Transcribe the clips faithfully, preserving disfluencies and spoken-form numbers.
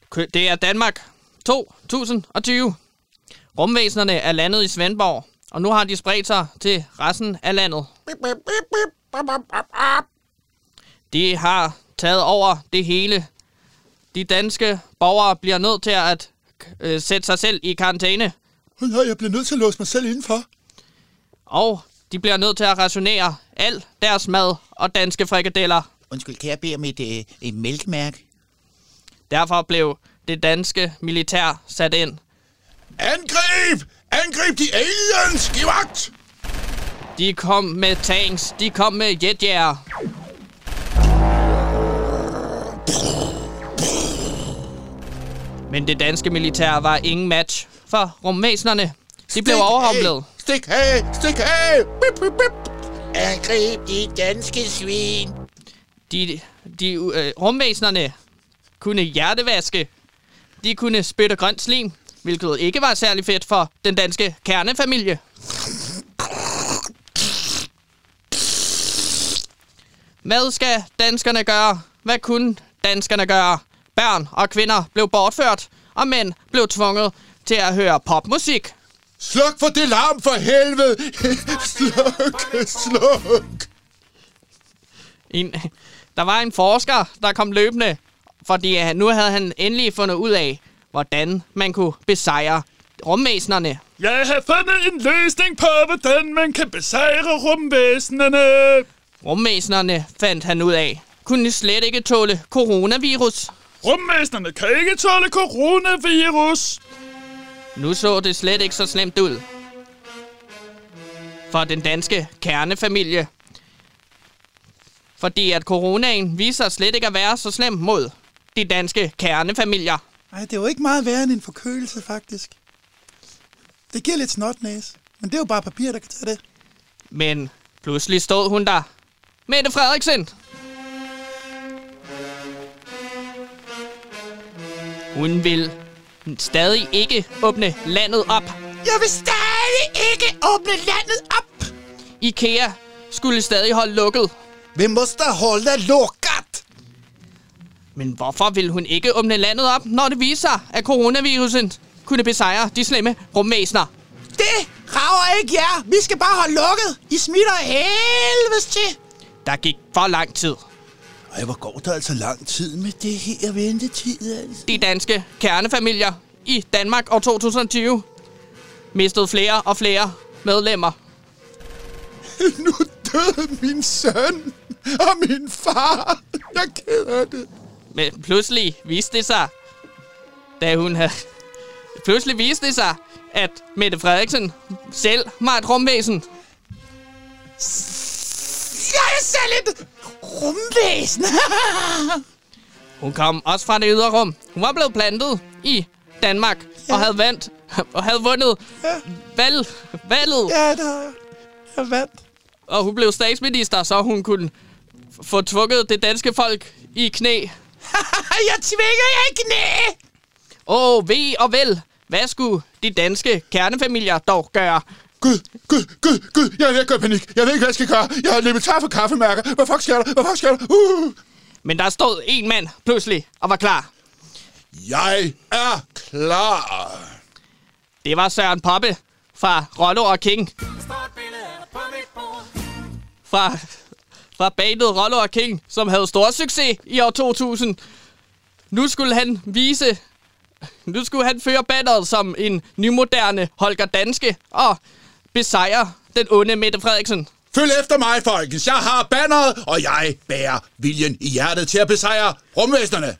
Det er Danmark to tusind og tyve. Rumvæsenerne er landet i Svendborg, og nu har de spredt sig til resten af landet. De har taget over det hele. De danske borgere bliver nødt til at øh, sætte sig selv i karantæne. Nej, jeg bliver nødt til at låse mig selv indenfor. Og de bliver nødt til at rationere al deres mad og danske frikadeller. Undskyld, kan jeg bede om et, øh, et mælkemærke? Derfor blev det danske militær sat ind. Angrib! Angrib de aliens! Giv vagt! De kom med tanks, de kom med jetjæger. Men det danske militær var ingen match for rumvæsenerne. De blev overrumplet. Stik af! Stik af! Bip, bip, bip. Angrib de danske svin! De, de øh, rumvæsenerne kunne hjertevaske. De kunne spytte grønt slim, hvilket ikke var særlig fedt for den danske kernefamilie. Hvad skal danskerne gøre? Hvad kunne danskerne gøre? Børn og kvinder blev bortført, og mænd blev tvunget til at høre popmusik. Sluk for det larm, for helvede! Sluk, sluk! En, der var en forsker, der kom løbende, fordi nu havde han endelig fundet ud af, hvordan man kunne besejre rumvæsenerne. Jeg har fundet en løsning på, hvordan man kan besejre rumvæsenerne. Rumvæsenerne, fandt han ud af, kunne slet ikke tåle coronavirus. Rumvæsenerne kan ikke tåle coronavirus. Nu så det slet ikke så slemt ud for den danske kernefamilie. Fordi at coronaen viser slet ikke at være så slem mod de danske kernefamilier. Nej, det er jo ikke meget værre end en forkølelse, faktisk. Det giver lidt snotnæs, men det er jo bare papir, der kan tage det. Men pludselig stod hun der. Mette Frederiksen. Hun vil stadig ikke åbne landet op. Jeg vil stadig ikke åbne landet op. IKEA skulle stadig holde lukket. Vi måste holde lukket. Men hvorfor vil hun ikke åbne landet op, når det viser sig, at coronavirusen kunne besejre de slemme rumvæsener? Det rager ikke jer. Vi skal bare holde lukket. I smitter helvedes til. Der gik for lang tid. Ej, hvor går der altså lang tid med det her ventetid, altså. De danske kernefamilier i Danmark år to tusind og tyve mistede flere og flere medlemmer. Nu døde min søn og min far. Jeg keder det. Men pludselig viste det sig, da hun havde... Pludselig viste det sig, at Mette Frederiksen selv var et rumvæsen. Jeg er selv et rumvæsen. Hun kom også fra det ydre rum. Hun var blevet plantet i Danmark ja. og havde vandt og havde vundet ja. valg, valget. Ja, der jeg vandt. Og hun blev statsminister, så hun kunne få tvunget det danske folk i knæ. Jeg tvinger jer i knæ. Åh, oh, ved og vel. Hvad skulle de danske kernefamilier dog gøre? Gud, Gud, Gud, Gud, jeg er ved at gå i panik. Jeg ved ikke, hvad jeg skal gøre. Jeg har løbet tør for kaffemærker. Hvad fuck sker der? Hvad fuck sker der? Uh! Men der stod en mand pludselig og var klar. Jeg er klar. Det var Søren Poppe fra Rollo og King. Fra, fra bandet Rollo og King, som havde stor succes i år to tusind. Nu skulle han vise... Nu skulle han føre bandet som en nymoderne Holger Danske og besejre den onde Mette Frederiksen. Følg efter mig, folkens. Jeg har banneret, og jeg bærer viljen i hjertet til at besejre rumvæsenerne.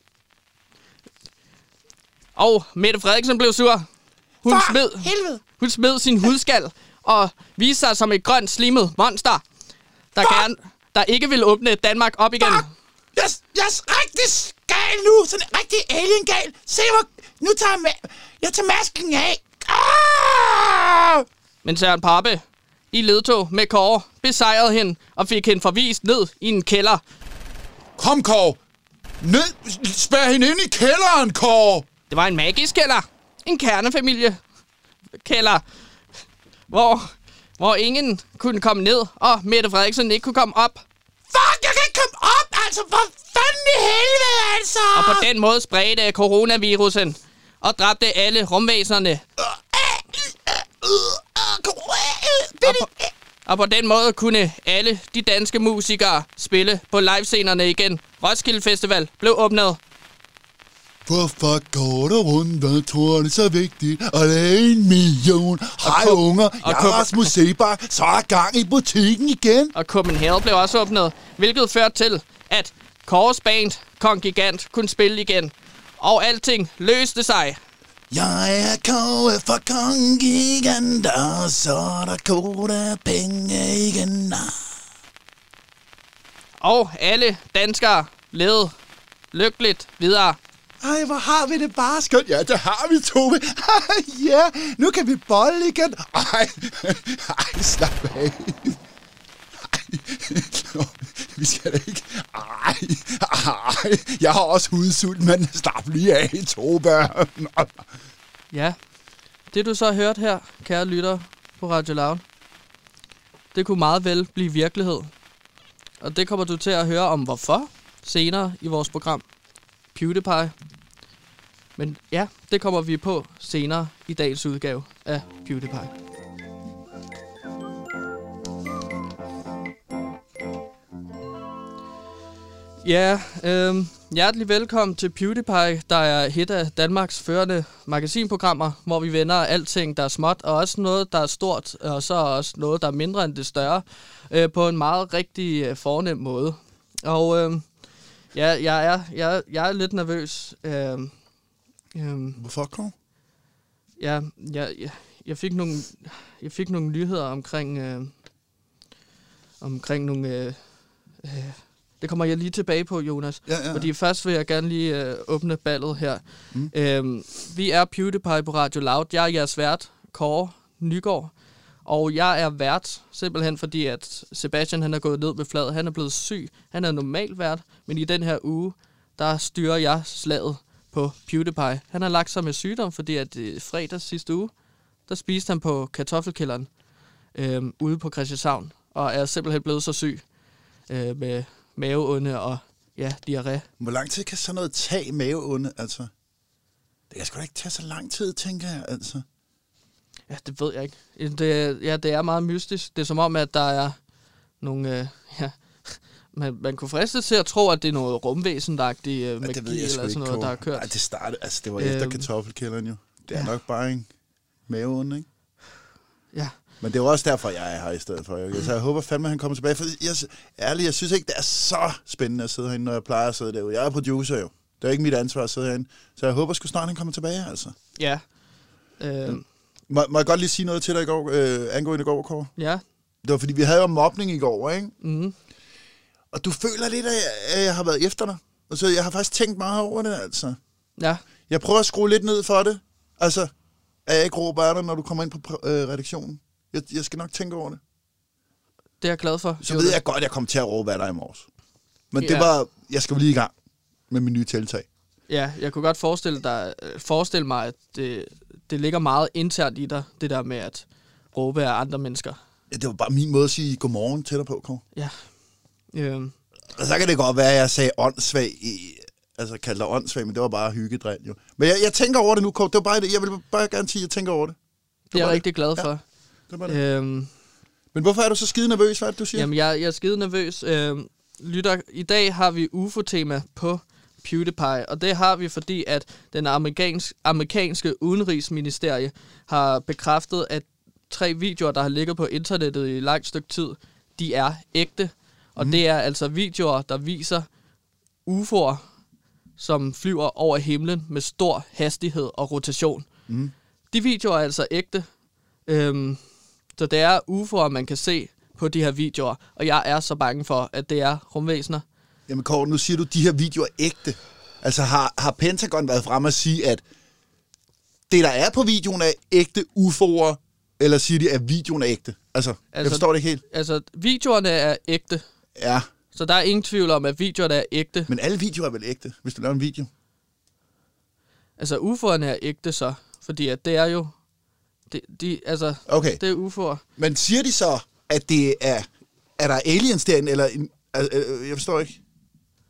Og Mette Frederiksen blev sur. Hun For smed, helvede. hun smed sin hudskal og viste sig som et grønt slimet monster, der, gerne, der ikke ville åbne Danmark op igen. Fuck. Jeg, jeg er rigtig gal nu. Sådan en rigtig alien-gal. Se hvor... Nu tager jeg... Ma- jeg tager masken af. Ah! Men Søren Poppe i ledtog med Kåre besejrede hende og fik hende forvist ned i en kælder. Kom, Kåre. Ned. Spær hende ind i kælderen, Kåre. Det var en magisk kælder. En kernefamilie kælder, hvor, hvor ingen kunne komme ned, og Mette Frederiksen ikke kunne komme op. Fuck, jeg kan ikke komme op, altså, for fanden i helvede, altså! Og på den måde spredte coronavirusen og dræbte alle rumvæsenerne. Og på, og på den måde kunne alle de danske musikere spille på livescenerne igen. Roskilde Festival blev åbnet. Hvorfor går du rundt og tror det er så vigtigt? Og det er en million. Hej Ko- unger, jeg Ko- er Rasmus Sebak. Så er gang i butikken igen. Og Copenhagen blev også åbnet, hvilket førte til, at Kåres band, Kong Gigant, kunne spille igen. Og alting løste sig. Jeg er Kåre for Kong Gigant, og så er der koda penge igen. Og alle danskere levede lykkeligt videre. Ej, hvor har vi det bare skønt. Ja, det har vi, Tove. Ja, nu kan vi bolle igen. Ej, ej, slap af. Ej, Nå, vi skal da ikke. Ej, ej, jeg har også hudsult, men slap lige af, Tove. Ja, det du så har hørt her, kære lytter på Radio Loud, det kunne meget vel blive virkelighed. Og det kommer du til at høre om hvorfor senere i vores program PewDiePie. Men ja, det kommer vi på senere i dagens udgave af PewDiePie. Ja, øh, hjertelig velkommen til PewDiePie, der er et af Danmarks førende magasinprogrammer, hvor vi vender alting, der er småt, og også noget, der er stort, og så også noget, der er mindre end det større, øh, på en meget rigtig øh, fornem måde. Og øh, ja, jeg er, jeg, jeg er lidt nervøs. Øh, øh, Hvorfor, Kåre? ja, jeg, jeg, jeg, fik nogle, jeg fik nogle nyheder omkring, øh, omkring nogle... Øh, øh, Det kommer jeg lige tilbage på, Jonas. Ja, ja. Fordi først vil jeg gerne lige øh, åbne ballet her. Mm. Øhm, vi er PewDiePie på Radio Loud. Jeg er jeres vært, Kåre Nygaard. Og jeg er vært, simpelthen fordi, at Sebastian han er gået ned med fladet. Han er blevet syg. Han er normalt vært. Men i den her uge, der styrer jeg slaget på PewDiePie. Han har lagt sig med sygdom, fordi at øh, fredag sidste uge, der spiste han på kartoffelkælderen øh, ude på Christianshavn. Og er simpelthen blevet så syg øh, med... maveonde og, ja, diarré. Hvor lang tid kan sådan noget tage maveonde, altså? Det kan sgu da ikke tage så lang tid, tænker jeg, altså. Ja, det ved jeg ikke. Det, ja, det er meget mystisk. Det er som om, at der er nogle, øh, ja, man, man kunne friste til at tro, at det er noget rumvæsen-agtigt øh, magi det ved jeg eller sgu sådan ikke, noget, der har Kåre. kørt. Nej, det startede, altså det var Øhm, efter kartoffelkælderen jo. Det er ja. nok bare en maveonde, ikke? Ja. Men det er jo også derfor, jeg er her i stedet for. Okay? Så jeg håber fandme, at han kommer tilbage. For jeg, ærligt, jeg synes ikke, det er så spændende at sidde herinde, når jeg plejer at sidde derude. Jeg er producer jo. Det er ikke mit ansvar at sidde herinde. Så jeg håber sgu snart, han kommer tilbage, altså. Ja. Øh, må, må jeg godt lige sige noget til dig i går, øh, angående i går, Kåre? ja. Det var fordi, vi havde jo mobning i går, ikke? Mm. Og du føler lidt, at jeg har været efter dig. Og så jeg har faktisk tænkt meget over det, altså. Ja. Jeg prøver at skrue lidt ned for det. Altså, er jeg ikke råber af dig, når du kommer ind på øh, redaktionen? Jeg, jeg skal nok tænke over det. Det er jeg glad for. Så ved jeg godt, at jeg kommer til at råbe af dig i morges. Men Ja. det var, jeg skal jo lige i gang med min nye tiltag. Ja, jeg kunne godt forestille, dig, forestille mig, at det, det ligger meget internt i dig, det der med at råbe af andre mennesker. Ja, det var bare min måde at sige godmorgen til dig på, Kåre. Ja. Øhm, Og så kan det godt være, at jeg sagde åndssvag i... Altså, kaldte dig åndssvag, men det var bare hyggedrejn, jo. Men jeg, jeg tænker over det nu, Kåre. Det var bare det. Jeg vil bare gerne sige, at jeg tænker over det. Det, det er jeg bare rigtig glad for. Ja, det var det. Øhm, Men hvorfor er du så skide nervøs, hvad er det, du siger? Jamen, jeg, jeg er skide nervøs. Øhm, lytter, i dag har vi U F O-tema på PewDiePie, og det har vi, fordi at den amerikansk, amerikanske udenrigsministerie har bekræftet, at tre videoer, der har ligget på internettet i et langt stykke tid, de er ægte. Og mm. det er altså videoer, der viser U F O'er, som flyver over himlen med stor hastighed og rotation. Mm. De videoer er altså ægte. Øhm, så det er U F O'er, man kan se på de her videoer. Og jeg er så bange for, at det er rumvæsener. Jamen Kåre, nu siger du, at de her videoer er ægte. Altså har, har Pentagon været fremme at sige, at det, der er på videoen, er ægte U F O'er, eller siger de, at videoen er ægte? Altså, altså jeg forstår det ikke helt. Altså, videoerne er ægte. Ja. Så der er ingen tvivl om, at videoerne er ægte. Men alle videoer er vel ægte, hvis du laver en video? Altså, U F O'erne er ægte så. Fordi at det er jo... Det, de, altså, Okay. det er U F O'er. Men siger de så, at det er... Er der aliens derinde, eller... En, altså, jeg forstår ikke.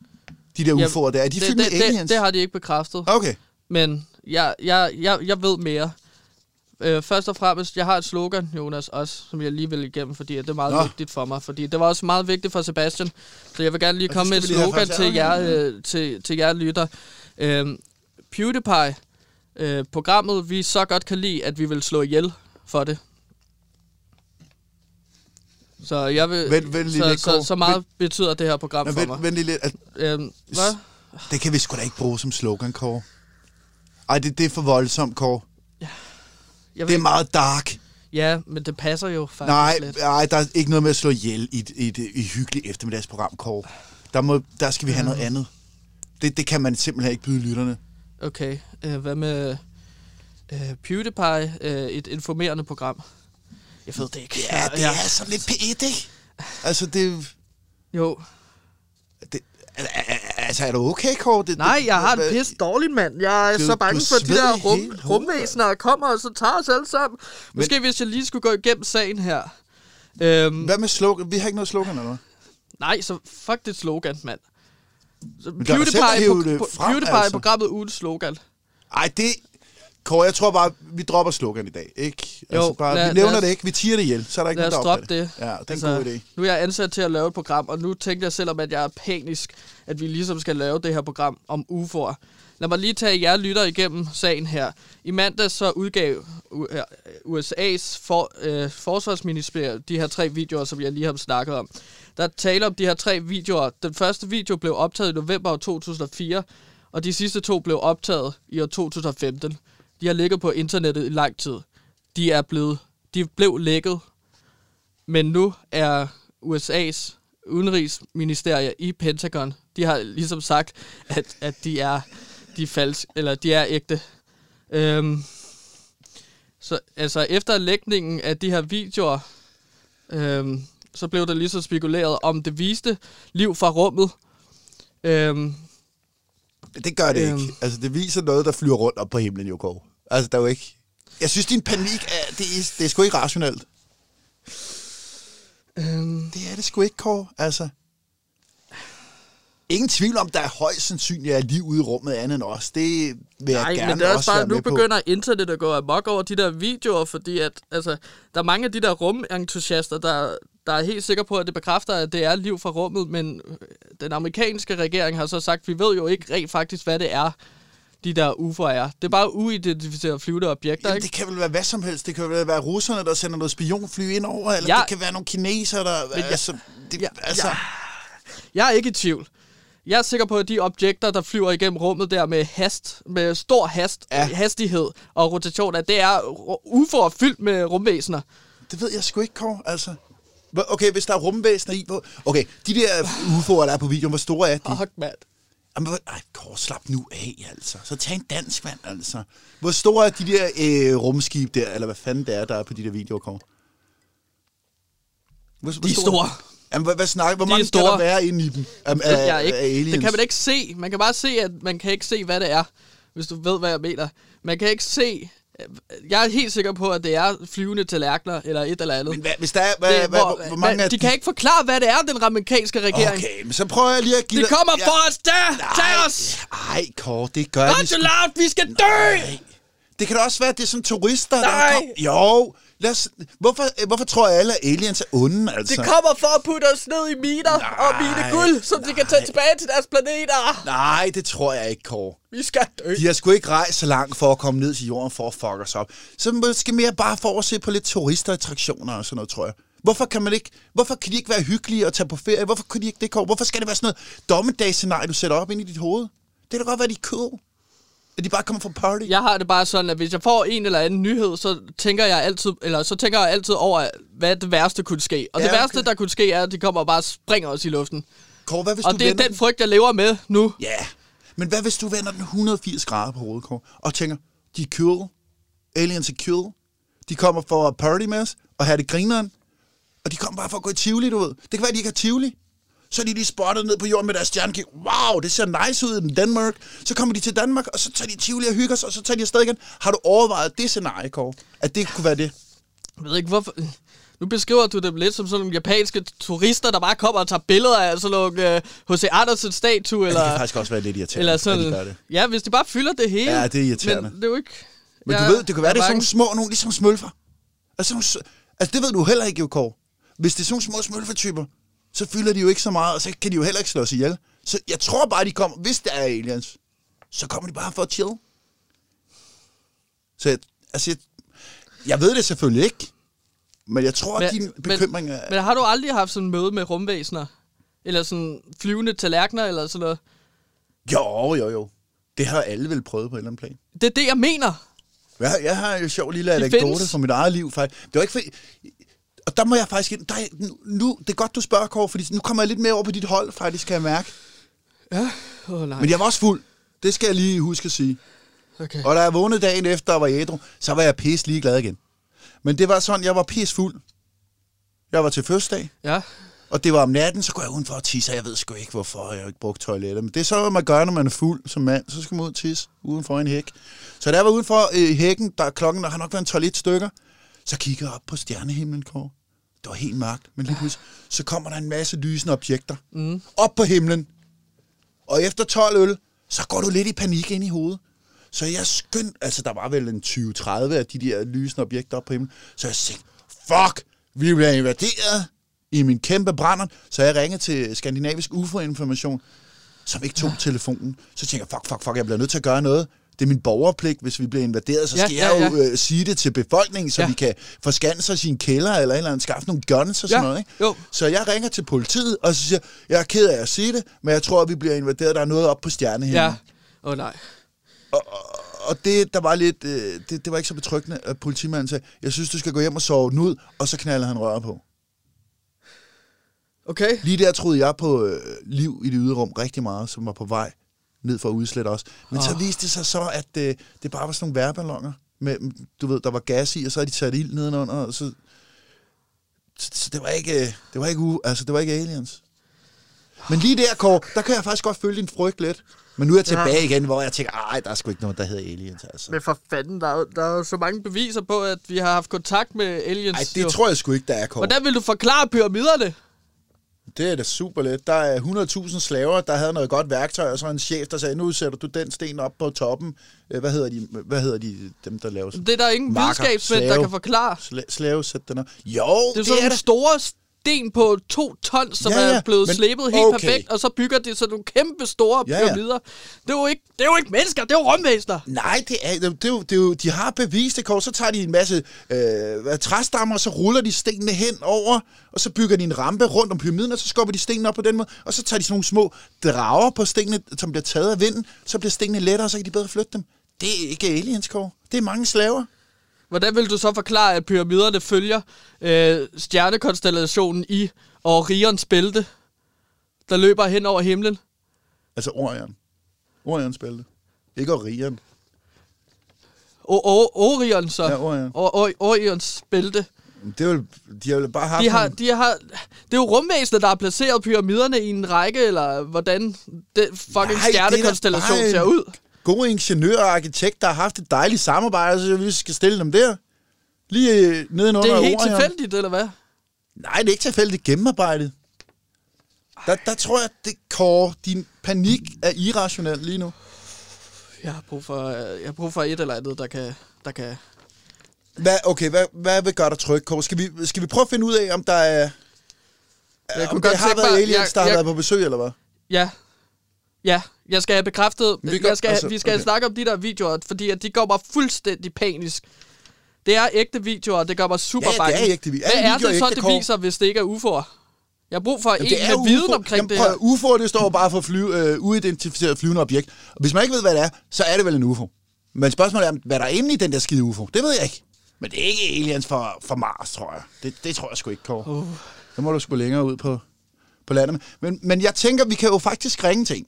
De der U F O'er der, er de fyldt med det, aliens? Det, det har de ikke bekræftet. Okay. Men jeg, jeg, jeg, jeg ved mere. Øh, først og fremmest, jeg har et slogan, Jonas, også, som jeg lige vil igennem, fordi det er meget Nå. vigtigt for mig. Fordi det var også meget vigtigt for Sebastian. Så jeg vil gerne lige komme med et slogan til jer, øh, til, til jer lytter. Øh, PewDiePie, øh, programmet, vi så godt kan lide, at vi vil slå ihjel for det. Så jeg vil, vent, vent så, lidt, så, så meget vent, betyder det her program men, for vent, mig. Vent lidt. At, øhm, hvad? Det kan vi sgu da ikke bruge som slogan, Kåre. Ej, det, det er for voldsomt, Kåre. Ja. Det er meget dark. Ja, men det passer jo faktisk nej, lidt. Nej, der er ikke noget med at slå ihjel i et, i et, i et hyggeligt eftermiddagsprogram, Kåre. Der, må, der skal vi have noget andet. Det, det kan man simpelthen ikke byde lytterne. Okay, uh, hvad med uh, PewDiePie, uh, et informerende program? Jeg ved det ikke. Ja, det ja. er sådan lidt P et, ikke? Altså, det... Jo. Det, altså, er du okay, Kåre? Det, Nej, jeg har en det, pisse dårlig mand. Jeg er du, så bange for de der rum, rumvæsener, der kommer og så tager os alle sammen. Men, måske hvis jeg lige skulle gå igennem sagen her. Øhm, hvad med slogan? Vi har ikke noget slogan, eller hvad? Nej, så fuck det slogan, mand. Så PewDiePie-programmet altså. Uden slogan. Ej, det... Kåre, jeg tror bare, vi dropper slogan i dag, ikke? Jo, altså bare, lad, vi nævner lad, det ikke, vi tiger det ihjel, så er der ikke noget, der droppe det. det. Ja, det er altså, en god idé. Nu er jeg ansat til at lave et program, og nu tænkte jeg selvom, at jeg er panisk, at vi ligesom skal lave det her program om U F O'er. Lad mig lige tage jer lytter igennem sagen her. I mandag så udgav U S A's for, øh, forsvarsministerium de her tre videoer, som jeg lige har snakket om. Der er tale om de her tre videoer. Den første video blev optaget i november to tusind og fire, og de sidste to blev optaget i år to tusind og femten. De har ligget på internettet i lang tid. De er blevet, de blev lækket, men nu er U S A's udenrigsministerium i Pentagon, de har ligesom sagt, at, at de er de er falsk, eller de er ægte. Øhm, så altså efter lægningen af de her videoer, øhm, så blev der ligesom spekuleret om det viste liv fra rummet. Øhm, det gør det øhm, ikke. Altså det viser noget, der flyver rundt op på himlen, jo, Kåre. Altså der er jo ikke... Jeg synes, din panik er... Det er, det er sgu ikke rationelt. Øhm, det er det sgu ikke, Kåre. Altså... Ingen tvivl om, der er højst sandsynligt af liv ude i rummet andet end os. Det vil jeg nej, gerne men det er også bare, være med nu på. begynder internet at gå amok over de der videoer, fordi at, altså, der er mange af de der rumentusiaster, der, der er helt sikre på, at det bekræfter, at det er liv fra rummet, men den amerikanske regering har så sagt, vi ved jo ikke rent faktisk, hvad det er, de der U F O'er er. Det er bare uidentificerede flyvende objekter, Jamen, ikke? det kan vel være hvad som helst. Det kan vel være russerne, der sender noget spionfly ind over, eller ja, det kan være nogle kinesere, der... ja, altså, det, ja, altså. Ja. Jeg er ikke i tvivl. Jeg er sikker på, at de objekter, der flyver igennem rummet der med hast, med stor hast, ja. hastighed og rotation, at det er U F O'er fyldt med rumvæsener. Det ved jeg sgu ikke, Kåre, altså. Okay, hvis der er rumvæsener i... Okay, de der U F O'er, der er på videoen, hvor store er de? Fuck, mand. Jamen, ej, Kåre, slap nu af, altså. Så tag en dansk mand, altså. Hvor store er de der øh, rumskib der, eller hvad fanden det er, der er på de der videoer, Kåre? Hvor, hvor de er store. store. Jamen, hvad, hvad snakker? Hvor mange skal der være inde i dem? Af, af, jeg ikke. Af aliens? Det kan man ikke se. Man kan bare se, at man kan ikke se, hvad det er, hvis du ved, hvad jeg mener. Man kan ikke se... Jeg er helt sikker på, at det er flyvende tallerkener, eller et eller andet. Men hvad, hvis der er... Hvad, det, hvad, hvor, hvor, hvor mange hvad, de, de kan ikke forklare, hvad det er, den amerikanske regering. Okay, men så prøver jeg lige at give det dig... kommer ja. for os der! Tag os! Ej, Kåre, det gør Not vi... too loud, vi skal dø! Nej. Det kan da også være, at det er sådan turister, Nej. der kom... Jo, lad os... hvorfor, hvorfor tror jeg, alle aliens er onde, altså? Det kommer for at putte os ned i miner nej, og mine guld, som nej. de kan tage tilbage til deres planeter. Nej, det tror jeg ikke, Kåre. Vi skal dø. De har sgu ikke rejst så langt for at komme ned til jorden for at fuck os op. Så måske mere bare for at se på lidt turistattraktioner og sådan noget, tror jeg. Hvorfor kan man ikke... Hvorfor kan de ikke være hyggelige og tage på ferie? Hvorfor kan de ikke det, Kåre? Hvorfor skal det være sådan noget dommedagsscenarie, du sætter op ind i dit hoved? Det kan da godt være, de er cool. At de bare kommer fra party. Jeg har det bare sådan, at hvis jeg får en eller anden nyhed, så tænker jeg altid, eller så tænker jeg altid over, hvad det værste kunne ske. Og ja, det okay. værste, der kunne ske, er, at de kommer og bare springer os i luften. Kåre, hvad hvis og du det er vender... den frygt, jeg lever med nu. Ja, yeah. Men hvad hvis du vender den et hundrede og firs grader på hovedet, Kåre, og tænker, de er cool, aliens er cool, de kommer for at party med os, og have det grineren, og de kommer bare for at gå i Tivoli, du ved. Det kan være, de ikke har Tivoli. Så er de lige spottet ned på jorden med deres stjernekig. Wow, det ser nice ud i Danmark. Så kommer de til Danmark, og så tager de Tivoli og hygger sig, og så tager de afsted igen. Har du overvejet det scenarie, Kåre? At det kunne være det? Jeg ved ikke, hvorfor... Nu beskriver du dem lidt som sådan nogle japanske turister, der bare kommer og tager billeder af sådan nogle uh, H C Andersen-statue, eller... Ja, det kan faktisk også være lidt irriterende, eller sådan, at de gør det. Ja, hvis de bare fylder det hele. Ja, det er irriterende. Men det er jo ikke... Men ja, du ved, det kan være, det er sådan nogle bange. små, nogle ligesom smølfer. Altså, nogle, altså, det ved du heller ikke, jo, Kåre. Hvis det er sådan nogle små smølfertyper, så fylder de jo ikke så meget, og så kan de jo heller ikke slås ihjel. Så jeg tror bare, de kommer, hvis der er aliens, så kommer de bare for at chill. Så jeg, altså, jeg, jeg ved det selvfølgelig ikke, men jeg tror, at din bekymring er... Men har du aldrig haft sådan en møde med rumvæsener? Eller sådan flyvende tallerkener, eller sådan noget? Jo, jo, jo. Det har alle vel prøvet på en eller anden plan. Det er det, jeg mener. Jeg, jeg har jo sjov lille anekdote fra mit eget liv, faktisk. Det var ikke fordi... Og der må jeg faktisk... Der er, nu, det er godt, du spørger, Kåre, fordi nu kommer jeg lidt mere over på dit hold, faktisk, kan jeg mærke. Ja, åh oh, nej. Men jeg var også fuld. Det skal jeg lige huske at sige. Okay. Og da jeg vågnede dagen efter og var ædru, så var jeg pisse lige glad igen. Men det var sådan, jeg var pisse fuld. Jeg var til fødselsdag. Ja. Og det var om natten, så går jeg udenfor og tisser. Jeg ved sgu ikke, hvorfor jeg ikke brugt toiletter. Men det er så, hvad man gør, når man er fuld som mand. Så skal man ud og tisse udenfor en hæk. Så da jeg var udenfor i øh, hækken, der klokken der har nok været en toilet stykker, så kigger jeg op på stjernehimlen, Kåre. Det var helt mørkt, men lige pludselig, så kommer der en masse lysende objekter mm. op på himlen. Og efter tolv øl, så går du lidt i panik ind i hovedet. Så jeg skyndte, altså der var vel en tyve tredive af de der lysende objekter op på himlen. Så jeg tænkte, fuck, vi bliver invaderet i min kæmpe brænder. Så jeg ringede til Skandinavisk U F O-information, som ikke tog telefonen. Så tænkte jeg, fuck, fuck, fuck, jeg bliver nødt til at gøre noget. Det er min borgerpligt, hvis vi bliver invaderet, så skal ja, ja, ja. jeg jo øh, sige det til befolkningen, så ja. vi kan forskanse os i en kælder eller en eller anden, skaffe nogle guns og sådan ja. noget. Ikke? Jo. Så jeg ringer til politiet, og så siger jeg er ked af at sige det, men jeg tror, at vi bliver invaderet. Der er noget op på stjernehimlen. Ja, åh oh, nej. Og, og, og det, der var lidt, øh, det, det var ikke så betryggende, at politimanden sagde, jeg synes, du skal gå hjem og sove den ud, og så knalder han røret på. Okay. Lige der troede jeg på øh, liv i det ydre rum rigtig meget, som var på vej ned for at udslætte også. Men oh. så viste det sig så, at øh, det bare var sådan nogle vejrballoner, med, du ved, der var gas i, og så havde de sat ild nedenunder, og så, så, så det var ikke, det var ikke, u, altså det var ikke aliens. Men lige der, Kåre, der kan jeg faktisk godt føle din frygt lidt. Men nu er jeg tilbage ja. igen, hvor jeg tænker, ej, der er sgu ikke noget, der hedder aliens, altså. Men for fanden, der er, der er jo så mange beviser på, at vi har haft kontakt med aliens. Nej, det jo. tror jeg sgu ikke, der er, Kåre. Hvordan vil du forklare pyramiderne? Det er da super let. Der er hundrede tusind slaver, der havde noget godt værktøj, og så en chef, der sagde, nu sætter du den sten op på toppen. Hvad hedder de, hvad hedder de dem, der laver sådan? Det er der ingen videnskabsmænd, der kan forklare. Sla- slave, sæt den op. Jo, det er, det sådan er nogle store sten på to ton, som ja, ja, er blevet slæbet helt okay. perfekt, og så bygger de sådan nogle kæmpe store ja, ja. pyramider. Det er jo ikke, det er jo ikke mennesker, det er jo rumvæsener. Nej, det er, det er, jo, det er jo, de har bevist det, Kåre. Så tager de en masse øh, træstammer, og så ruller de stenene hen over, og så bygger de en rampe rundt om pyramiden, og så skubber de stenene op på den måde, og så tager de sådan nogle små drager på stenene, som bliver taget af vinden, så bliver stenene lettere, og så kan de bedre flytte dem. Det er ikke aliens, Kåre. Det er mange slaver. Hvordan vil du så forklare, at pyramiderne følger øh, stjernekonstellationen i Orions bælte, der løber hen over himlen? Altså Orion. Orions bælte. Ikke Orion. O- o- Orion så? Ja, Orion. O- Orions bælte. Det er jo, de har jo bare haft... De har, de har, det er jo rumvæsener, der har placeret pyramiderne i en række, eller hvordan den fucking Nej, stjernekonstellation ser ud. Gode ingeniører og arkitekter har haft et dejligt samarbejde, så vi skal stille dem der. Lige nedenunder Det er helt Orion. tilfældigt, eller hvad? Nej, det er ikke tilfældigt gennemarbejdet. Der, der tror jeg, det Kåre, din panik er irrationel lige nu. Jeg har brug for, jeg har brug for et eller andet, der kan... Der kan... Hvad, okay, hvad, hvad vil gøre dig tryg, Kåre? Skal vi, skal vi prøve at finde ud af, om der er... Jeg om der har været aliens, jeg, der har jeg, været på besøg, eller hvad? Ja. Ja, jeg skal have bekræftet... Vi, går, jeg skal, altså, vi skal okay. snakke om de der videoer, fordi at de går mig fuldstændig panisk. Det er ægte videoer, det gør mig super bange. Ja, det er ægte videoer. Hvad er det er så, ægte, det Kåre? viser, hvis det ikke er U F O'er? Jeg har brug for Jamen, en med U F O. viden omkring Jamen, det prøv, her. U F O'er, det står bare for flyve, øh, uidentificeret flyvende objekt. Og hvis man ikke ved, hvad det er, så er det vel en U F O. Men spørgsmålet er, hvad der er inde i den der skide U F O. Det ved jeg ikke. Men det er ikke aliens fra, fra Mars, tror jeg. Det, det tror jeg sgu ikke, Kåre. Uh. Så må du sgu længere ud på, på landet. Men, men jeg tænker, vi kan jo faktisk ringe til en.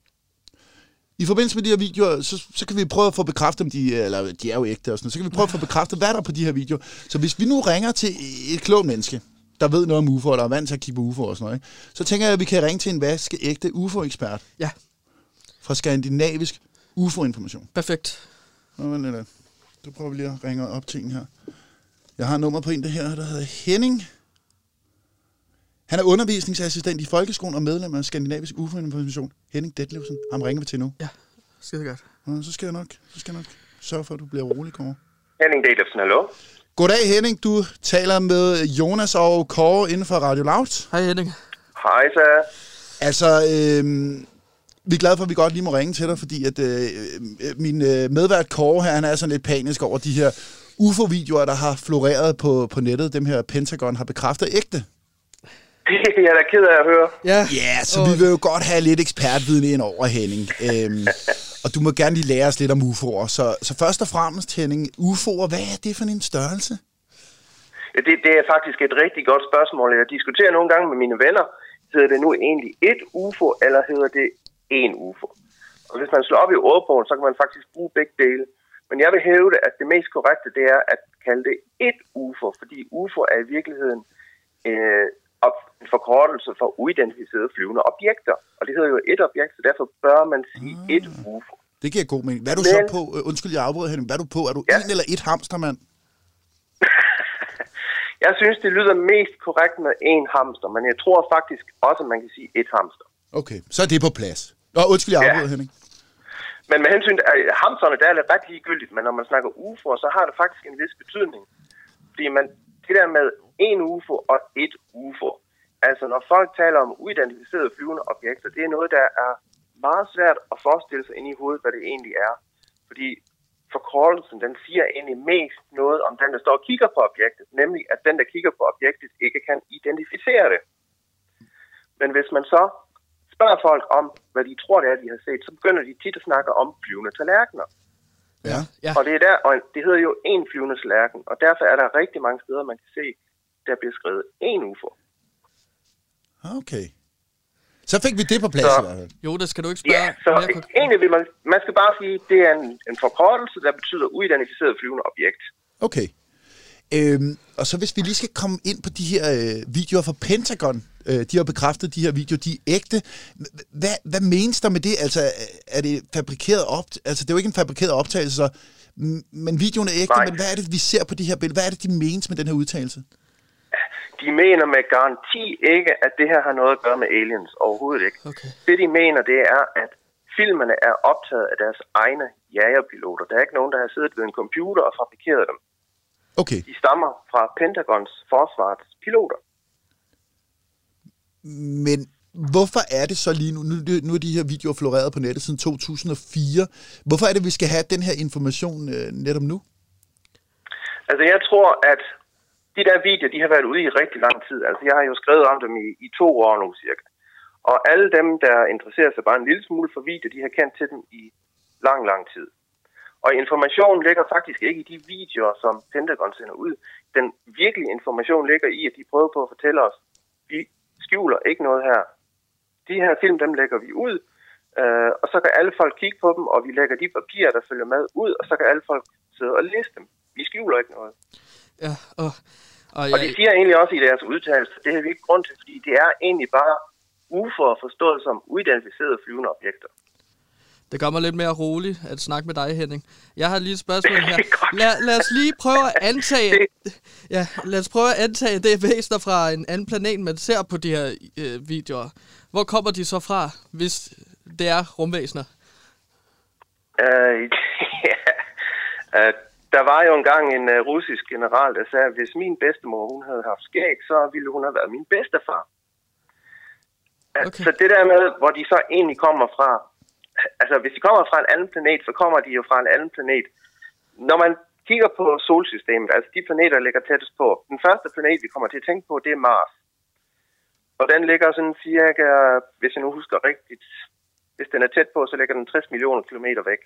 I forbindelse med de her videoer, så, så kan vi prøve at få bekræftet, om de, eller de er jo ægte og sådan noget, så kan vi prøve at få bekræftet, hvad der er på de her videoer. Så hvis vi nu ringer til et klogt menneske, der ved noget om U F O'er, der er vant til at kigge på U F O'er og sådan noget, ikke? Så tænker jeg, at vi kan ringe til en vaskeægte U F O-ekspert. Ja. Fra Skandinavisk U F O-information. Perfekt. Nå, men, eller, så prøver vi lige at ringe op til en her. Jeg har nummer på en, der her, der hedder Henning. Han er undervisningsassistent i folkeskolen og medlem af Skandinavisk U F O-information. Henning Detlevsen. Ham ringer vi til nu. Ja, skide godt. Ja, så skal jeg nok, så skal jeg nok sørge for, at du bliver rolig, Kåre. Henning Detlevsen, hallo? Goddag, Henning. Du taler med Jonas og Kåre inden for Radio Loud. Hej, Henning. Hej, så. Altså, øh, vi er glade for, at vi godt lige må ringe til dig, fordi at øh, min øh, medvært Kåre her, han er sådan lidt panisk over de her U F O-videoer, der har floreret på, på nettet. Dem her Pentagon har bekræftet ægte. Det er da ked af at høre. Ja, Ja, så vi vil jo godt have lidt ekspertviden ind over, Henning. Øhm, og du må gerne lige lære os lidt om U F O'er. Så, så først og fremmest, Henning, U F O'er, hvad er det for en størrelse? Ja, det, det er faktisk et rigtig godt spørgsmål. Jeg diskuterer nogle gange med mine venner. Hedder det nu egentlig et U F O, eller hedder det en U F O? Og hvis man slår op i ordbogen, så kan man faktisk bruge begge dele. Men jeg vil hævde, at det mest korrekte, det er at kalde det et U F O, fordi U F O er i virkeligheden øh, en forkortelse for uidentificerede flyvende objekter. Og det hedder jo et objekt, så derfor bør man sige ah, et U F O. Det giver god mening. Hvad er du Men, så på? Undskyld, jeg afbryder, Henning. Hvad er du på? Er du ja. en eller et hamstermand? Jeg synes, det lyder mest korrekt med en hamster, men jeg tror faktisk også, at man kan sige et hamster. Okay, så er det på plads. Nå, undskyld, jeg afbryder, ja. Henning. Men med hensyn til hamsterne, der er det ret ligegyldigt, men når man snakker U F O'er, så har det faktisk en vis betydning. Fordi man, det der med en U F O og et U F O, altså når folk taler om uidentificerede flyvende objekter, det er noget, der er meget svært at forestille sig ind i hovedet, hvad det egentlig er. Fordi forkortelsen, den siger egentlig mest noget om den, der står og kigger på objektet, nemlig at den, der kigger på objektet, ikke kan identificere det. Men hvis man så spørger folk om, hvad de tror, det er, de har set, så begynder de tit at snakke om flyvende tallerkener. Ja. Ja. Og det er der, og det hedder jo en flyvende tallerken, og derfor er der rigtig mange steder, man kan se, der bliver skrevet en U F O. Okay. Så fik vi det på plads. Så, Jo, det skal du ikke spørge. ja, så egentlig vil man, man skal bare sige, det er en, en forkortelse, der betyder uidentificeret flyvende objekt. Okay. Øhm, og så hvis vi lige skal komme ind på de her øh, videoer fra Pentagon, øh, de har bekræftet de her videoer, de er ægte. Hvad, hvad menes der med det? Altså, er det fabrikeret op? Altså, det er jo ikke en fabrikeret optagelse, så, men videoen er ægte, Nej. Men hvad er det, vi ser på de her billeder? Hvad er det, de menes med den her udtalelse? De mener med garanti ikke, at det her har noget at gøre med aliens. Overhovedet ikke. Okay. Det, de mener, det er, at filmene er optaget af deres egne jagerpiloter. Der er ikke nogen, der har siddet ved en computer og fabrikeret dem. Okay. De stammer fra Pentagons forsvarets piloter. Men hvorfor er det så lige nu, nu, nu er de her videoer floreret på nettet siden to tusind og fire, hvorfor er det, vi skal have den her information øh, netop nu? Altså, jeg tror, at de der videoer, de har været ude i rigtig lang tid. Altså, jeg har jo skrevet om dem i, i to år nu, cirka. Og alle dem, der interesserer sig bare en lille smule for videoer, de har kendt til dem i lang, lang tid. Og informationen ligger faktisk ikke i de videoer, som Pentagon sender ud. Den virkelige information ligger i, at de prøver på at fortælle os, vi skjuler ikke noget her. De her film, dem lægger vi ud, øh, og så kan alle folk kigge på dem, og vi lægger de papirer, der følger med, ud, og så kan alle folk sidde og læse dem. Vi skjuler ikke noget. Ja, og, og, og de siger egentlig også i deres udtalelse, det har vi ikke grund til, fordi det er egentlig bare U F O'er forstået som uidentificerede flyvende objekter. Det gør mig lidt mere roligt at snakke med dig, Henning. Jeg har lige et spørgsmål her. Lad, lad os lige prøve at antage... Ja, lad os prøve at antage, det er væsener fra en anden planet, man ser på de her øh, videoer. Hvor kommer de så fra, hvis det er rumvæsener? Uh, ja. uh, der var jo engang en uh, russisk general, der sagde, at hvis min bedstemor hun havde haft skæg, så ville hun have været min bedstefar. Okay. Så det der med, hvor de så egentlig kommer fra... Altså, hvis de kommer fra en anden planet, så kommer de jo fra en anden planet. Når man kigger på solsystemet, altså de planeter, der ligger tættest på, den første planet, vi kommer til at tænke på, det er Mars. Og den ligger sådan cirka, hvis jeg nu husker rigtigt, hvis den er tæt på, så ligger den tres millioner kilometer væk.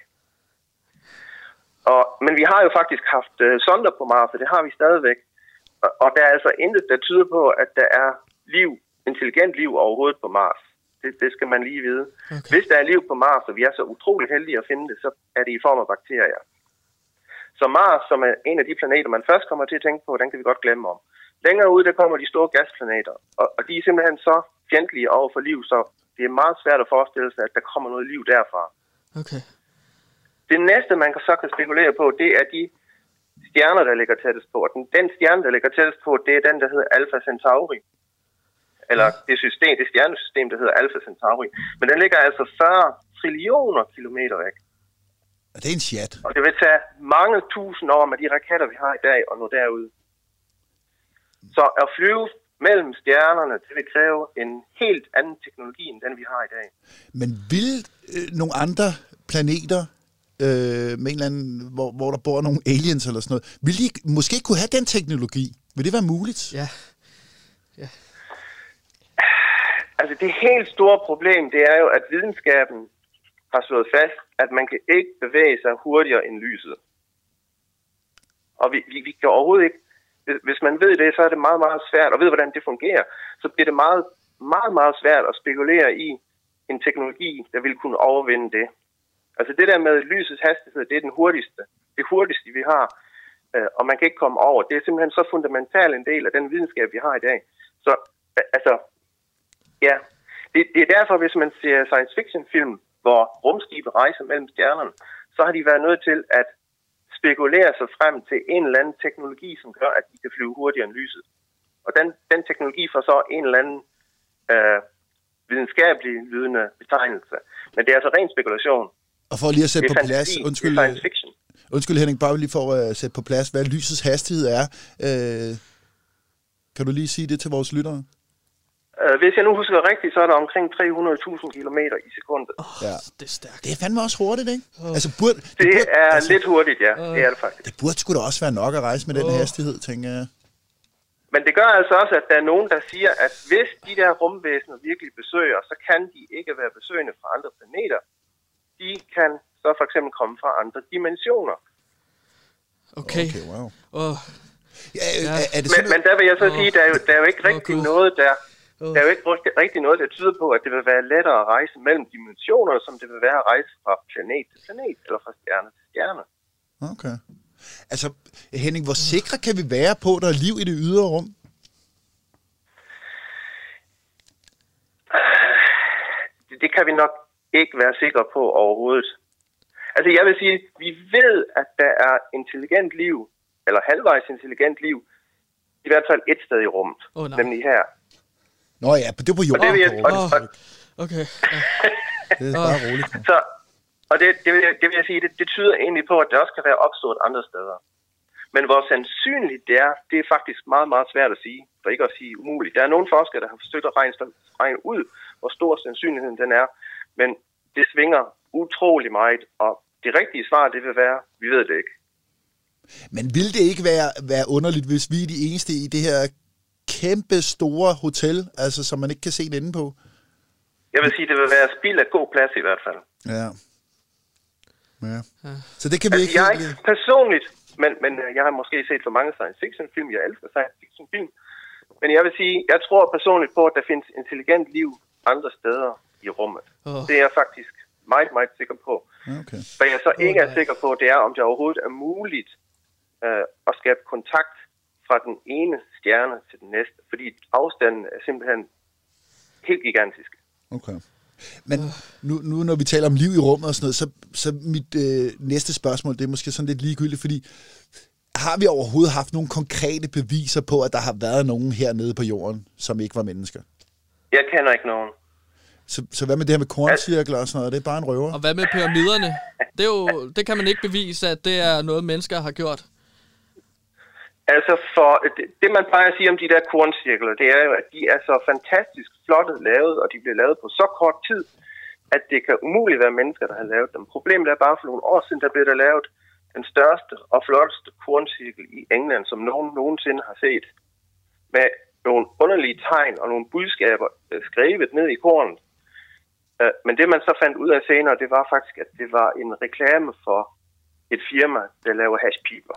Og, men vi har jo faktisk haft øh, sonder på Mars, og det har vi stadigvæk. Og, og der er altså intet, der tyder på, at der er liv, intelligent liv overhovedet på Mars. Det, det skal man lige vide. Okay. Hvis der er liv på Mars, og vi er så utrolig heldige at finde det, så er det i form af bakterier. Så Mars, som er en af de planeter, man først kommer til at tænke på, den kan vi godt glemme om. Længere ude, der kommer de store gasplaneter, og, og de er simpelthen så fjendtlige over for liv, så det er meget svært at forestille sig, at der kommer noget liv derfra. Okay. Det næste, man så kan spekulere på, det er de stjerner, der ligger tættest på. Og den, den stjerne, der ligger tættest på, det er den, der hedder Alpha Centauri. Eller det system, det stjernesystem, der hedder Alpha Centauri. Men den ligger altså fyrre trillioner kilometer væk. Og det er en chat. Og det vil tage mange tusind år med de raketter, vi har i dag, og nå derud. Så at flyve mellem stjernerne, det vil kræve en helt anden teknologi, end den vi har i dag. Men vil øh, nogle andre planeter, øh, med en eller anden, hvor, hvor der bor nogle aliens eller sådan noget, vil de måske kunne have den teknologi? Vil det være muligt? Ja. Ja. Altså det helt store problem, det er jo, at videnskaben har slået fast, at man kan ikke bevæge sig hurtigere end lyset. Og vi, vi, vi kan overhovedet ikke, hvis man ved det, så er det meget, meget svært, og ved, hvordan det fungerer, så bliver det meget, meget, meget svært at spekulere i en teknologi, der vil kunne overvinde det. Altså det der med lysets hastighed, det er den hurtigste, det hurtigste, vi har, og man kan ikke komme over. Det er simpelthen så fundamental en del af den videnskab, vi har i dag. Så altså, ja, det, det er derfor, hvis man ser science fiction film, hvor rumskibe rejser mellem stjernerne, så har de været nødt til at spekulere sig frem til en eller anden teknologi, som gør, at de kan flyve hurtigere end lyset. Og den, den teknologi får så en eller anden øh, videnskabelig lydende betegnelse. Men det er altså ren spekulation. Og for lige at sætte det på fantasi, plads, undskyld, det er science fiction. Undskyld Henning, bare lige for at sætte på plads, hvad lysets hastighed er. Øh, kan du lige sige det til vores lyttere? Uh, hvis jeg nu husker rigtigt, så er der omkring tre hundrede tusind kilometer i sekundet. Oh, ja. Det er stærkt. Det er fandme også hurtigt, ikke? Oh. Altså, burde, det, det burde, er altså, lidt hurtigt, ja. Uh. Det er det faktisk. Det burde sgu da også være nok at rejse med den oh. hastighed, tænker jeg. Men det gør altså også, at der er nogen, der siger, at hvis de der rumvæsener virkelig besøger, så kan de ikke være besøgende fra andre planeter. De kan så for eksempel komme fra andre dimensioner. Okay. Okay, wow. Oh. Ja, ja. Er, er det men, men der vil jeg så oh. sige, der er jo, der er jo ikke rigtig oh, noget, der... Oh. Der er jo ikke rigtig noget, der tyder på, at det vil være lettere at rejse mellem dimensioner, som det vil være at rejse fra planet til planet, eller fra stjerne til stjerne. Okay. Altså, Henning, hvor sikre kan vi være på, at der er liv i det ydre rum? Det, det kan vi nok ikke være sikre på overhovedet. Altså, jeg vil sige, vi ved, at der er intelligent liv, eller halvvejs intelligent liv, i hvert fald et sted i rummet, oh, nemlig her. Nå ja, det er på jorden. Og det vil jeg, og, og, okay. Ja. Det er bare roligt. Så, og det, det, vil jeg, det vil jeg sige, det, det tyder egentlig på, at det også kan være opstået andre steder. Men hvor sandsynligt det er, det er faktisk meget, meget svært at sige, for ikke at sige umuligt. Der er nogle forskere, der har forsøgt at regne, regne ud, hvor stor sandsynligheden den er, men det svinger utrolig meget, og det rigtige svar, det vil være, vi ved det ikke. Men vil det ikke være, være underligt, hvis vi er de eneste i det her kæmpe store hotel, altså som man ikke kan se den inde på? Jeg vil sige, det vil være spild af god plads i hvert fald. Ja. Ja. Så det kan vi altså, ikke... Jeg er ikke personligt, men, men jeg har måske set for mange science fiction film. Jeg elsker science fiction film. Men jeg vil sige, jeg tror personligt på, at der findes intelligent liv andre steder i rummet. Oh. Det er jeg faktisk meget, meget sikker på. Okay. Hvad jeg så ikke er sikker på, det er, om det overhovedet er muligt øh, at skabe kontakt fra den ene stjerne til den næste. Fordi afstanden er simpelthen helt gigantisk. Okay. Men nu, nu når vi taler om liv i rummet og sådan noget, så, så mit øh, næste spørgsmål, det er måske sådan lidt ligegyldigt, fordi har vi overhovedet haft nogle konkrete beviser på, at der har været nogen hernede på jorden, som ikke var mennesker? Jeg kender ikke nogen. Så, så hvad med det her med korncirkler og sådan noget? Det er bare en røver? Og hvad med pyramiderne? Det, er jo, det kan man ikke bevise, at det er noget, mennesker har gjort. Altså, for det, det man plejer at sige om de der korncirkler, det er jo, at de er så fantastisk flottet lavet, og de bliver lavet på så kort tid, at det kan umuligt være mennesker, der har lavet dem. Problemet er bare, for nogle år siden, der blev der lavet den største og flotteste korncirkel i England, som nogen nogensinde har set. Med nogle underlige tegn og nogle budskaber øh, skrevet ned i kornet. Øh, men det man så fandt ud af senere, det var faktisk, at det var en reklame for et firma, der laver hashpiber.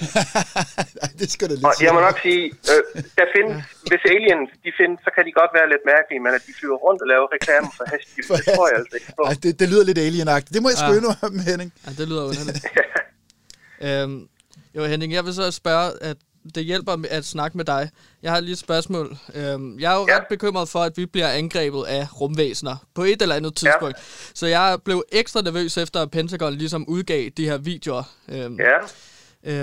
Det skal da lidt og jeg må nok sige, øh, der findes, hvis aliens de findes, så kan de godt være lidt mærkelige, men at de flyver rundt og laver reklamer for hashpiber, det tror jeg altså ikke på. Ej, det, det lyder lidt alienagtigt. Det må jeg sgu endnu om, Henning. Ja, det lyder underligt. øhm, jo, Henning, jeg vil så spørge, at det hjælper at snakke med dig. Jeg har lige et spørgsmål. Øhm, jeg er jo ja. ret bekymret for, at vi bliver angrebet af rumvæsener på et eller andet tidspunkt. Ja. Så jeg blev ekstra nervøs efter, at Pentagon ligesom udgav de her videoer. Øhm, ja. Øhm,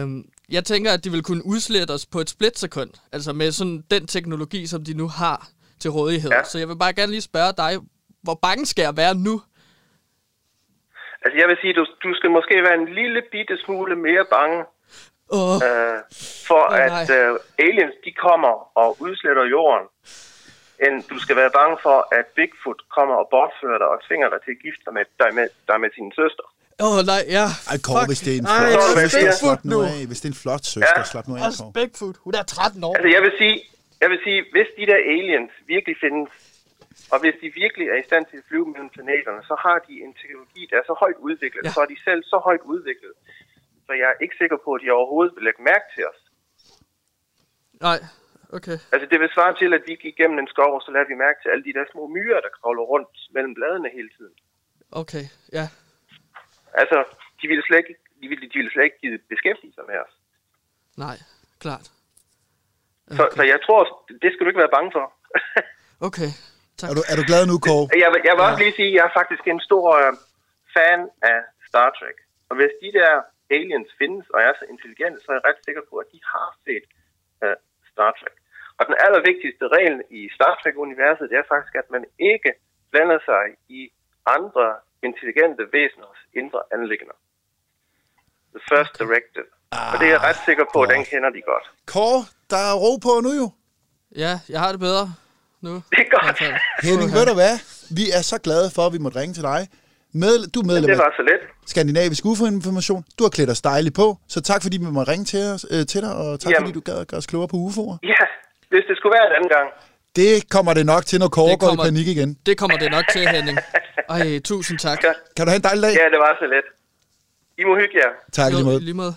jeg tænker, at de vil kunne udslette os på et splitsekund. Altså med sådan den teknologi, som de nu har til rådighed. Ja. Så jeg vil bare gerne lige spørge dig, hvor bange skal jeg være nu? Altså, jeg vil sige, du, du skal måske være en lille bitte smule mere bange Oh. øh, for, oh, at øh, aliens, de kommer og udsletter jorden, end du skal være bange for, at Bigfoot kommer og bortfører dig og tvinger dig til at gifte dig med, dig med, dig med sin søster. Åh, oh, nej, ja. Ej, Kåre, hvis det er en flot Ej, søster, Bigfoot slap nu nu. af. Hvis det er en flot søster, Ja. slap nu af, Også Kåre. Bigfoot, hun er tretten år. Altså, jeg vil sige, jeg vil sige, hvis de der aliens virkelig findes, og hvis de virkelig er i stand til at flyve mellem planeterne, så har de en teknologi, der er så højt udviklet, ja. så er de selv så højt udviklet, så jeg er ikke sikker på, at de overhovedet vil lægge mærke til os. Nej, okay. Altså, det vil svare til, at vi gik gennem en skov, og så lader vi mærke til alle de der små myrer, der kravler rundt mellem bladene hele tiden. Okay, ja. Altså, de ville slet ikke, de ville, de ville slet ikke give beskæftige sig med os. Nej, klart. Okay. Så, så jeg tror, det skal du ikke være bange for. Okay, tak. Er du, er du glad nu, Kåre? Jeg, vil- jeg vil Ja. også lige sige, at jeg er faktisk en stor øh, fan af Star Trek. Og hvis de der aliens findes og er så intelligente, så er jeg ret sikker på, at de har set uh, Star Trek. Og den allervigtigste regel i Star Trek-universet, det er faktisk, at man ikke blander sig i andre intelligente væseners indre anliggender. The first directive. Ah, og det er jeg ret sikker på, at den kender de godt. Kåre, der er ro på nu jo. Ja, jeg har det bedre nu. Det er godt. Henning, ved du hvad? Vi er så glade for, at vi måtte ringe til dig. Med, du er medlem Det af var så let. Skandinavisk U F O-information. Du har klædt os dejligt på, så tak fordi vi måtte ringe til, os, øh, til dig, og tak Jamen. fordi du gad at gøre os klogere på U F O'er. Ja, hvis det skulle være en anden gang. Det kommer det nok til, når Kåre Det går kommer- i panik igen. Det kommer det nok til, Henning. Ej, tusind tak. Godt. Kan du have en dejlig dag? Ja, det var så let. I må hygge jer. Tak lige Jo, måde. lige måde.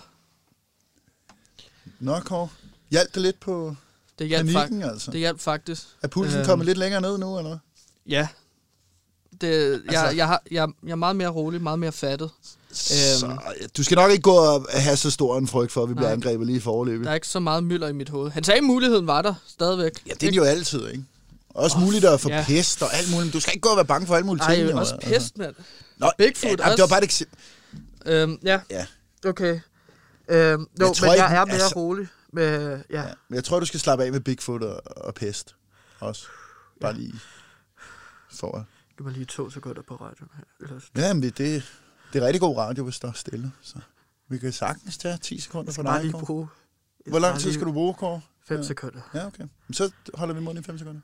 Nå, Kåre. Hjalp det lidt på Det hjalp, panikken, fak- altså? det hjalp faktisk. Er pulsen Øhm, kommet lidt længere ned nu, eller hvad? Ja. Det, Altså- jeg, jeg, har, jeg, jeg er meget mere rolig, meget mere fattet. Så, Øhm, du skal nok ikke gå og have så stor en frygt for, at vi bliver Nej. angrebet lige i forløbet. der er ikke så meget mylder i mit hoved. Han sagde, at muligheden var der stadigvæk. Ja, det er det jo altid, ikke? Også oh, muligt at få ja. pest og alt muligt. Du skal ikke gå og være bange for alt muligt ting. Ej, jo, også altså. pest, mand. Nå, Bigfoot ja, også. det var bare et eksempel. Øhm, ja, Ja. okay. Øhm, jo, Jeg tror men ikke, jeg er mere altså- rolig. Med, ja. Ja. Men jeg tror, du skal slappe af med Bigfoot og, og pest. Også. Bare lige for at... Giv mig lige to sekunder på radioen her. Ellers... Ja, men det, det, det er rigtig god radio, hvis der er stille. Så vi kan sagtens tage ti sekunder for Bare dig, lige Kåre. bruge... Hvor lang tid skal du bruge, Kåre? Fem Ja. sekunder. Ja, okay. Men så holder vi munden i fem sekunder.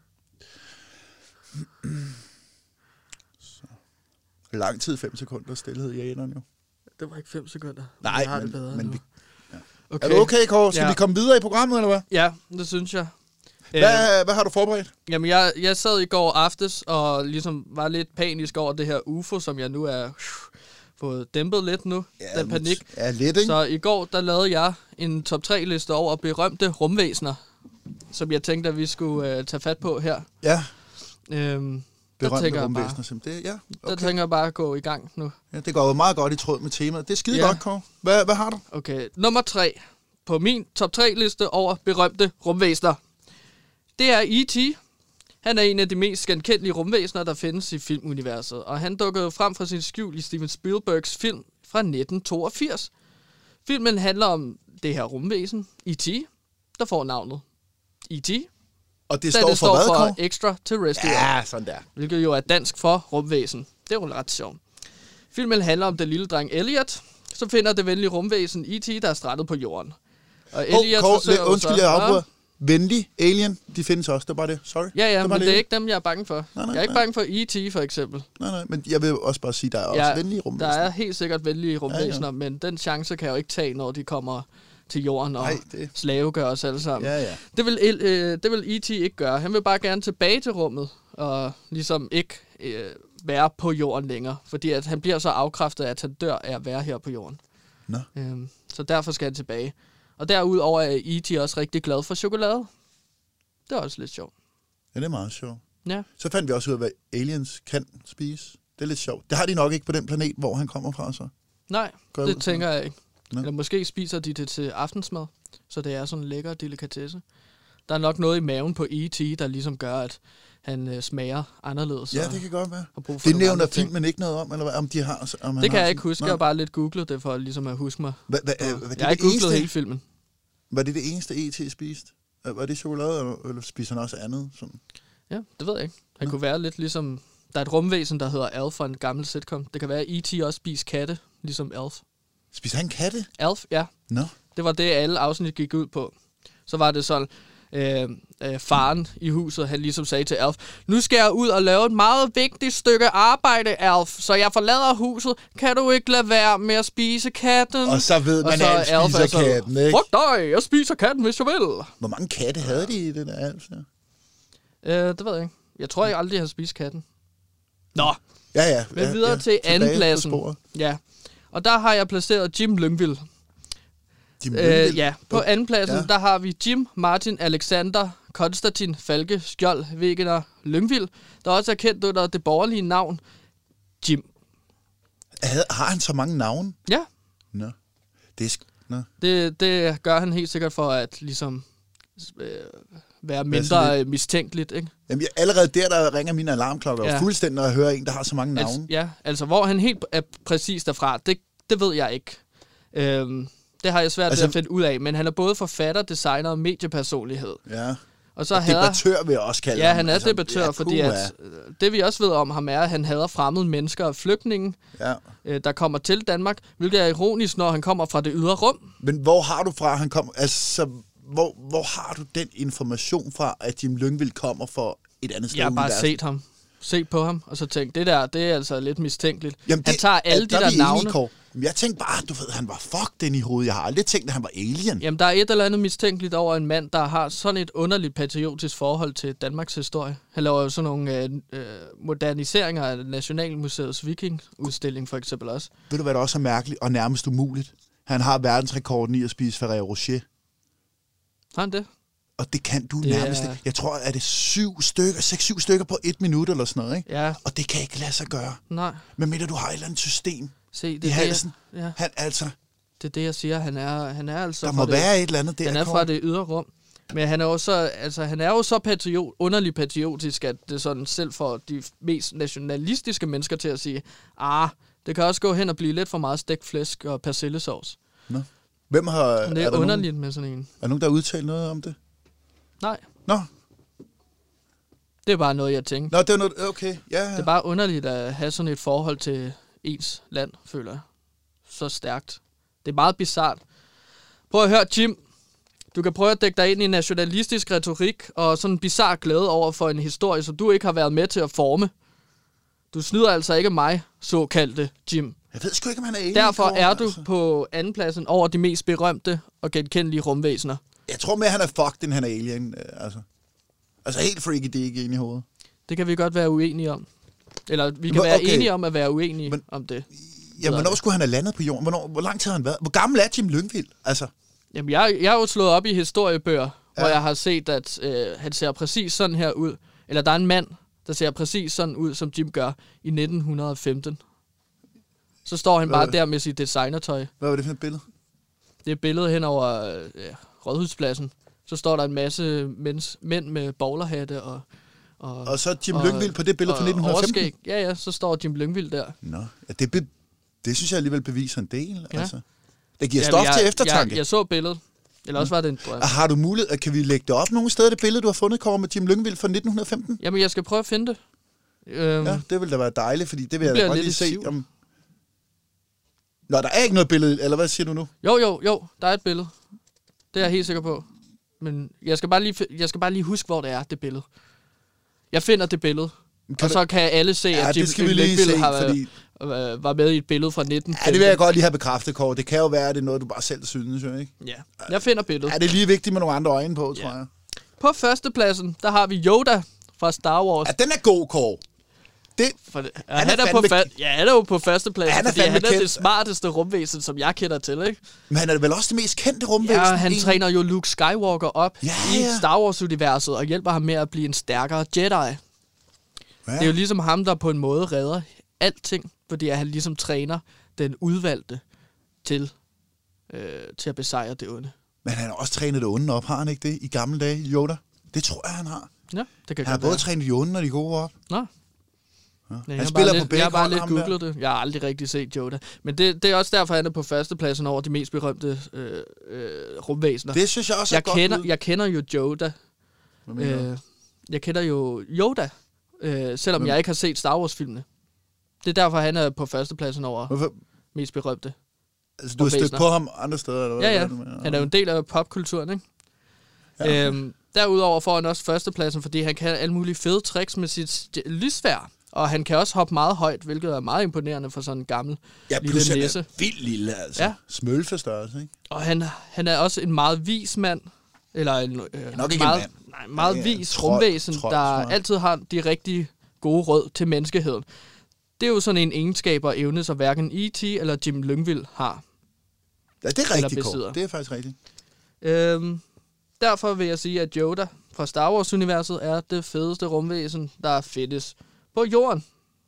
Så. Lang tid, fem sekunder stillhed i æderen jo. Det var ikke fem sekunder. Nej, jeg har men, det bedre men nu. vi, Okay. er du okay, Kåre? Skal Ja. vi komme videre i programmet, eller hvad? Ja, det synes jeg. Øh, Hvad, hvad har du forberedt? Jamen, jeg, jeg sad i går aftes og ligesom var lidt panisk over det her U F O, som jeg nu er uh, fået dæmpet lidt nu, ja, den panik. Ja, lidt, ikke? Så i går, der lavede jeg en top tre liste over berømte rumvæsener, som jeg tænkte, at vi skulle uh, tage fat på her. Ja, Øhm, der berømte tænker jeg rumvæsener. bare, simpelthen. Det, ja, der okay. tænker jeg bare at gå i gang nu. Ja, det går jo meget godt i tråd med temaet. Det er skide Ja. godt, Kåre. Hvad, hvad har du? Okay, nummer tre på min top tre liste over berømte rumvæsener. Det er E T Han er en af de mest genkendelige rumvæsener, der findes i filmuniverset, og han dukkede frem fra sin skjul i Steven Spielbergs film fra nitten toogfirs. Filmen handler om det her rumvæsen, E T, der får navnet E T, Og det da står det for står hvad, for Kåre? Extraterrestrial, Ja, sådan der. hvilket jo er dansk for rumvæsen. Det er jo ret sjovt. Filmen handler om den lille dreng Elliot, som finder det venlige rumvæsen E T, der er strandet på jorden. Og Hov, Elliot Kåre, forsøger lidt- jo undskyld, så- jeg afbryder. Venlig alien, de findes også. Det er bare det. Sorry. Ja, ja, var men det er ikke dem, jeg er bange for. Nej, nej, jeg er ikke nej. bange for E T for eksempel. Nej, nej, men jeg vil også bare sige, der er også Ja, venlige Der rumvæsener. er helt sikkert venlige rumvæsener, Ja, men den chance kan jeg jo ikke tage, når de kommer til jorden og Nej, det- slave gør os alle sammen. Ja, ja. Det vil, El- øh, det vil E T ikke gøre. Han vil bare gerne tilbage til rummet og ligesom ikke øh, være på jorden længere, fordi at han bliver så afkræftet, at han dør af at være her på jorden. Nå. Øhm, så derfor skal han tilbage. Og derudover er E T også rigtig glad for chokolade. Det er også lidt sjovt. Ja, det er meget sjovt. Ja. Så fandt vi også ud af, hvad aliens kan spise. Det er lidt sjovt. Det har de nok ikke på den planet, hvor han kommer fra, så. Nej, Går jeg ud det fra. tænker jeg ikke. Nå. Eller måske spiser de det til aftensmad, så det er sådan en lækker delikatesse. Der er nok noget i maven på E T, der ligesom gør, at han øh, smager anderledes. Ja, og det kan godt være. har brug for Det nogle nævner andre ting. filmen ikke noget om, eller hvad? Om de har... Om han Det kan har jeg ikke sådan- huske. Nå. Jeg har bare lidt googlet det for ligesom at huske mig. Hvad, hvad, øh, hvad, det Jeg er har ikke det googlet eneste- hele filmen. Var det det eneste E T spiste? Var det chokolade, eller, eller spiser han også andet? Sådan? Ja, det ved jeg ikke. Han ja. kunne være lidt ligesom... Der er et rumvæsen, der hedder Alf fra en gammel sitcom. Det kan være, at E T også spiser katte, ligesom Alf. Spiser han katte? Alf, ja. Nå. Det var det, alle afsnit gik ud på. Så var det sådan... Øh, øh, faren i huset, han ligesom sagde til Alf, nu skal jeg ud og lave et meget vigtigt stykke arbejde, Alf, så jeg forlader huset. Kan du ikke lade være med at spise katten? Og så ved man, at Alf spiser altså, katten, ikke? Fuck dig, jeg spiser katten, hvis jeg vil. Hvor mange katte havde de i det der Alf? Ja? Øh, det ved jeg ikke. Jeg tror, jeg aldrig har spist katten. Nå. Ja, ja. Men ja, videre ja, til andenpladsen. Ja. Og der har jeg placeret Jim Lyngvild. Jim Øh, ja, på andenpladsen, ja. Der har vi Jim, Martin, Alexander, Konstantin, Falke, Skjold, Wegener, Lyngvild, der også er kendt under det borgerlige navn Jim. Har han så mange navne? Ja. Nå. Det, er sk- Nå. Det, det gør han helt sikkert for at ligesom øh, være mindre mistænkeligt, ikke? Jamen, jeg, allerede der, der ringer mine alarmklokker ja. fuldstændig, når jeg hører en, der har så mange navne. Altså, ja, altså hvor han helt er præcis derfra, det, det ved jeg ikke. Øhm, Det har jeg svært altså, ved at finde ud af, men han er både forfatter, designer og mediepersonlighed. Ja. Og så og hader... debattør vil jeg også kalde ja, ham. han er altså, debattør, ja, fordi at, det vi også ved om ham er, at han hader fremmede mennesker og flygtninge, ja. øh, der kommer til Danmark, hvilket er ironisk, når han kommer fra det ydre rum. Men hvor har du fra, han kommer... Altså, hvor, hvor har du den information fra, at Jim Lyngvild kommer fra et andet sted? Jeg har bare set ham. Set på ham, og så tænkt, det der, det er altså lidt mistænkeligt. Jamen, det, han tager alle de der, der navne. Jeg tænkte bare, du ved, han var fuck den i hovedet. Jeg har aldrig tænkt, at han var alien. Jamen, der er et eller andet mistænkeligt over en mand, der har sådan et underligt patriotisk forhold til Danmarks historie. Han laver jo sådan nogle øh, øh, moderniseringer af Nationalmuseets vikingudstilling, for eksempel også. Ved du, hvad der også er mærkeligt og nærmest umuligt? Han har verdensrekorden i at spise Ferrero Rocher. Har han det? Og det kan du det nærmest er... ikke. Jeg tror, at det er syv stykker, seks, syv stykker på et minut eller sådan noget, ikke? Ja. Og det kan ikke lade sig gøre. Nej. Men mindre du har et eller andet system Se, det i halsen. Det, ja. Han altså... Det er det, jeg siger. Han er, han er altså... Der må det, være et eller andet der. Han er fra det ydre rum. Men han er jo så, altså, han er jo så patriot, underligt patriotisk, at det sådan selv får de mest nationalistiske mennesker til at sige, ah, det kan også gå hen og blive lidt for meget stegt flæsk og persillesauce. Nå. Hvem har... Men det er, er underligt nogen, med sådan en. Er nogen, der har udtalt noget om det? Nej. Nå. Det er bare noget, jeg tænker. Nå, det er noget... Okay, ja, ja. Det er bare underligt at have sådan et forhold til ens land, føler jeg. Så stærkt. Det er meget bizart. Prøv at høre, Jim. Du kan prøve at dække dig ind i nationalistisk retorik og sådan en bizarre glæde over for en historie, som du ikke har været med til at forme. Du snyder altså ikke mig, såkaldte Jim. Jeg ved sgu ikke, om han er alien. Derfor er du altså på andenpladsen over de mest berømte og genkendelige rumvæsener. Jeg tror mere, han er fucked, end han er alien. Altså, altså helt freaky, det er ikke inde i hovedet. Det kan vi godt være uenige om. Eller vi kan okay. være enige om at være uenige Men, om det. Ja, hvornår skulle han have landet på jorden? Hvornår, hvor lang tid har han været? Hvor gammel er Jim Lyngvild? Altså... Jamen, jeg, jeg har jo slået op i historiebøger, ja. hvor jeg har set, at øh, han ser præcis sådan her ud. Eller der er en mand, der ser præcis sådan ud, som Jim gør i nitten femten. Så står han bare der med sit designertøj. Hvad var det for et billede? Det er et billede hen over øh, Rådhuspladsen. Så står der en masse mens, mænd med bowlerhatte og... Og, og så Jim Lyngvild på det billede fra nitten femten? Overskæg. Ja, ja, så står Jim Lyngvild der. Nå, ja, det, be, det synes jeg alligevel beviser en del. Ja. Altså. Det giver ja, stof jeg, til eftertanke. Jeg, jeg så billedet. Eller også var det en drøm. Har du mulighed? Kan vi lægge det op nogle steder, det billede, du har fundet, Kåre, med Jim Lyngvild fra nitten femten? Jamen, jeg skal prøve at finde det. Øhm, ja, det ville da være dejligt, fordi det vil jeg da godt lige se. Siv. Om... Nå, der er ikke noget billede, eller hvad siger du nu? Jo, jo, jo, der er et billede. Det er jeg helt sikker på. Men jeg skal bare lige, jeg skal bare lige huske, hvor det er, det billede. Jeg finder det billede. Kan og du... så kan alle se, ja, at Jim Lyngvild har fordi... øh, var med i et billede fra nitten femten. Ja, det vil jeg godt lige have bekræftet, Kåre. Det kan jo være, at det er noget, du bare selv synes, jo, ikke? Ja, jeg finder billedet. Ja, det er lige vigtigt med nogle andre øjne på, tror ja. jeg. På førstepladsen, der har vi Yoda fra Star Wars. Ja, den er god, Kåre. Det, For det, ja, han, han, er, er på fa- ja, han er jo på førstepladsen, han er, fordi han er kendt. Det smarteste rumvæsen, som jeg kender til, ikke? Men han er vel også det mest kendte rumvæsen? Ja, han en... træner jo Luke Skywalker op ja, i ja. Star Wars-universet og hjælper ham med at blive en stærkere Jedi. Ja. Det er jo ligesom ham, der på en måde redder alting, fordi han ligesom træner den udvalgte til, øh, til at besejre det onde. Men han har også trænet det onde op, har han ikke det, i gamle dage, Yoda? Det tror jeg, han har. Ja, det kan han har både være. trænet de onde og de gode op. Nå. Nej, Han jeg spiller har på lidt, begge Jeg har bare hold, lidt ham der. googlet det. Jeg har aldrig rigtig set Yoda. Men det, det er også derfor, han er på førstepladsen over de mest berømte øh, øh, rumvæsener. Det synes jeg også er jeg godt kender, ud. jeg kender jo Yoda. Hvad mener du? Øh, jeg kender jo Yoda, øh, selvom Hvem? jeg ikke har set Star Wars-filmene. Det er derfor, han er på førstepladsen over Hvorfor? mest berømte. Altså, du har stødt rumvæsener. på ham andre steder, eller hvad? Ja, ja. Hvad er det med? Han er jo en del af popkulturen, ikke? Ja. Ja. Øhm, derudover får han også førstepladsen, fordi han kan alle mulige fede tricks med sit st- lysvær. Og han kan også hoppe meget højt, hvilket er meget imponerende for sådan en gammel Ja, lille plus han næse. er vildt lille, altså. Ja. Smølfestørrelse, ikke? Og han, han er også en meget vis mand. Eller en øh, Nok ikke meget, en mand. Nej, meget Ja, vis trold- rumvæsen, trold, der tror jeg. altid har de rigtig gode råd til menneskeheden. Det er jo sådan en egenskab og evne, som hverken E T eller Jim Lyngvild har. Ja, det er Eller rigtigt, besidder. Kåre. Det er faktisk rigtigt. Øhm, derfor vil jeg sige, at Yoda fra Star Wars-universet er det fedeste rumvæsen, der findes på jorden.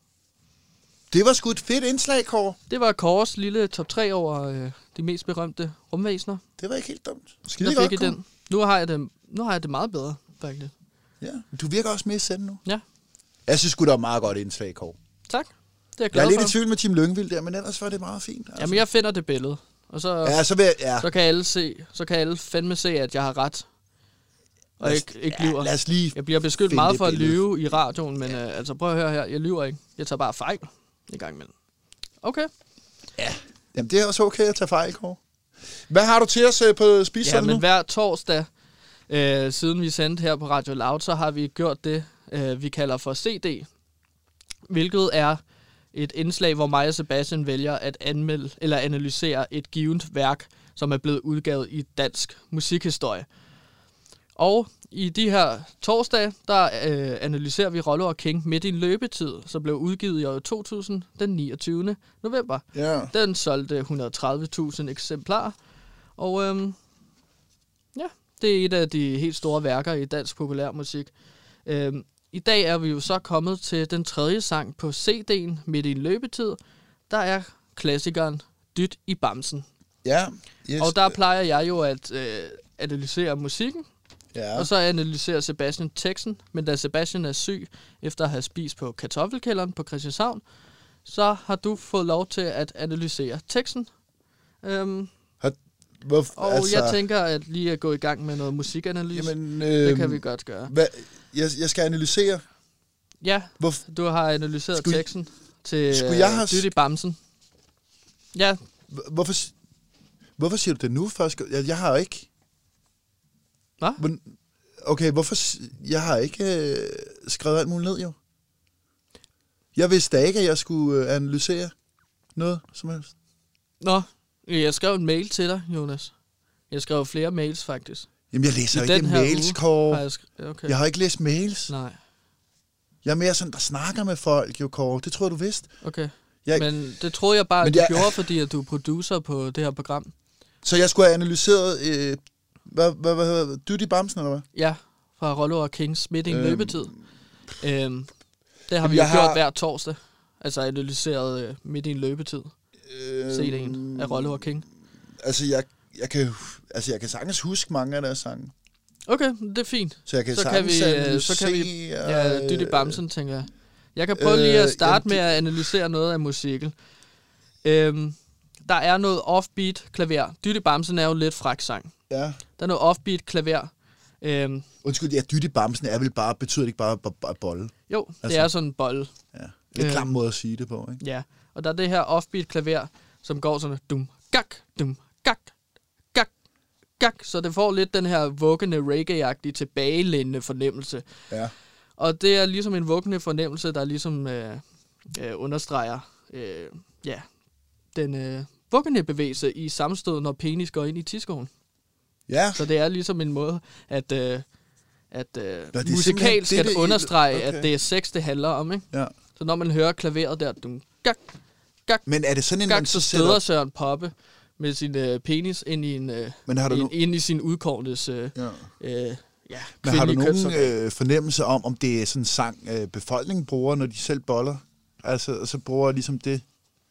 Det var sgu et fedt indslag, Kåre. Det var Kåres lille top tre over øh, de mest berømte rumvæsener. Det var ikke helt dumt. Skide Jeg godt, fik i Kåre. den. Nu har jeg det, nu har jeg det meget bedre, faktisk. Ja. Du virker også mere send nu. Ja, Jeg synes sgu, det var meget godt indslag, Kåre. tak. Det er jeg Jeg glad er lidt for. i tvivl med Tim Lyngvild der, men ellers var det meget fint. Altså. Jamen, jeg finder det billede. Og så, Ja, så vil jeg... Ja. så kan alle se, så kan alle fandme se, at jeg har ret. Og Lad os- ikke, ikke ja, lyver. lad os lige Jeg bliver beskyldt finde meget det for at billede. lyve i radioen, men øh, altså prøv at høre her, jeg lyver ikke. Jeg tager bare fejl i gang imellem. Okay. Jamen, det er også okay at tage fejl, Kåre. Hvad har du til os øh, på spiserne Ja, men nu? hver torsdag, øh, siden vi sendte her på Radio Loud, så har vi gjort det, øh, vi kalder for C D. Hvilket er et indslag, hvor mig og Sebastian vælger at anmelde eller analysere et givet værk, som er blevet udgivet i dansk musikhistorie. Og i de her torsdage, der øh, analyserer vi Rollo og King midt i en løbetid, som blev udgivet i år to tusind, den niogtyvende november. Ja. Den solgte et hundrede og tredive tusind eksemplarer, og øhm, ja, det er et af de helt store værker i dansk populærmusik. Øhm, I dag er vi jo så kommet til den tredje sang på C D'en midt i en løbetid. Der er klassikeren Dyt i Bamsen. Ja. Yes. Og der plejer jeg jo at øh, analysere musikken, Ja. og så analyserer Sebastian teksten. Men da Sebastian er syg efter at have spist på kartoffelkælderen på Christianshavn, så har du fået lov til at analysere teksten. Øhm, Hvor, og altså, jeg tænker at lige at gå i gang med noget musikanalyse. Jamen, øh, Det kan vi godt gøre. Hvad, jeg, jeg skal analysere. Ja, Hvor, du har analyseret Skulle- teksten til skulle jeg have s- Dyt i Bamsen. Ja, hvorfor, s- hvorfor siger du det nu først? Jeg, jeg har ikke... Hvad? Hvor- Okay, hvorfor... s- Jeg har ikke øh, skrevet alt muligt ned, jo. Jeg vidste da ikke, at jeg skulle øh, analysere noget som helst. nå, jeg skrev en mail til dig, Jonas. Jeg skrev flere mails, faktisk. Jamen, jeg læser I jo ikke den her mails, uge Kåre. har jeg sk- okay. Jeg har ikke læst mails. Nej, Jeg er mere sådan, der snakker med folk, jo, Kåre. Det tror jeg, du vidste. okay. Jeg, Men det troede jeg bare, Men at du jeg- gjorde, fordi at du er producer på det her program. Så jeg skulle have analyseret... Øh, hvad, hvad, hvad hedder det? Dyt i Bamsen, eller hvad? Ja, fra Rollo og Kings midt i en Øhm. løbetid. Øhm, det har Jamen, vi jo jeg gjort har- hver torsdag. Altså analyseret øh, midt i en løbetid. Øh, C D'en af Rollo og King. Altså, jeg, jeg, kan, altså, jeg kan sagtens huske mange af deres sange. Okay, det er fint. Så jeg kan Så kan sagtens vi, øh, så kan vi analysere, ja, Dyt i øh, Bamsen, tænker jeg. Jeg kan prøve øh, lige at starte jamen, med at analysere noget af musikken. Øhm, der er noget offbeat klaver. Dyt i Bamsen er jo lidt fræk sang. Ja. Der er noget offbeat klaver. Øhm, Undskyld, ja, Dyt i Bamsen er vel bare, betyder det ikke bare, bare, bare bolle? jo, det Altså- er sådan en bolle. Ja. Det er en Øh. klam måde at sige det på, ikke? Ja, og der er det her offbeat klaver, som går sådan dum, gak, dum, gak, gak, gak. Så det får lidt den her vuggende reggae-agtige tilbagelænende fornemmelse. Ja. Og det er ligesom en vuggende fornemmelse, der ligesom øh, øh, understreger øh, ja, den øh, vuggende bevægelse i sammenstød, når penis går ind i tidskoen. Ja. Så det er ligesom en måde, at, øh, at øh, er simpelthen musikalt skal det, det det- understrege, okay. at det er sex, det handler om, ikke? Ja. Så når man hører klaveret der, dum, gak, gak, Men er det sådan en, man gang så sætter- støder Søren Poppe med sin øh, penis ind i, en, øh, Men har du, ind, no- ind i sin udkårnes øh, ja. øh, ja, Men har du kvindelige nogen kønsorgan. øh, fornemmelse om, om det er sådan en sang, øh, befolkningen bruger, når de selv boller? Altså, så bruger ligesom det,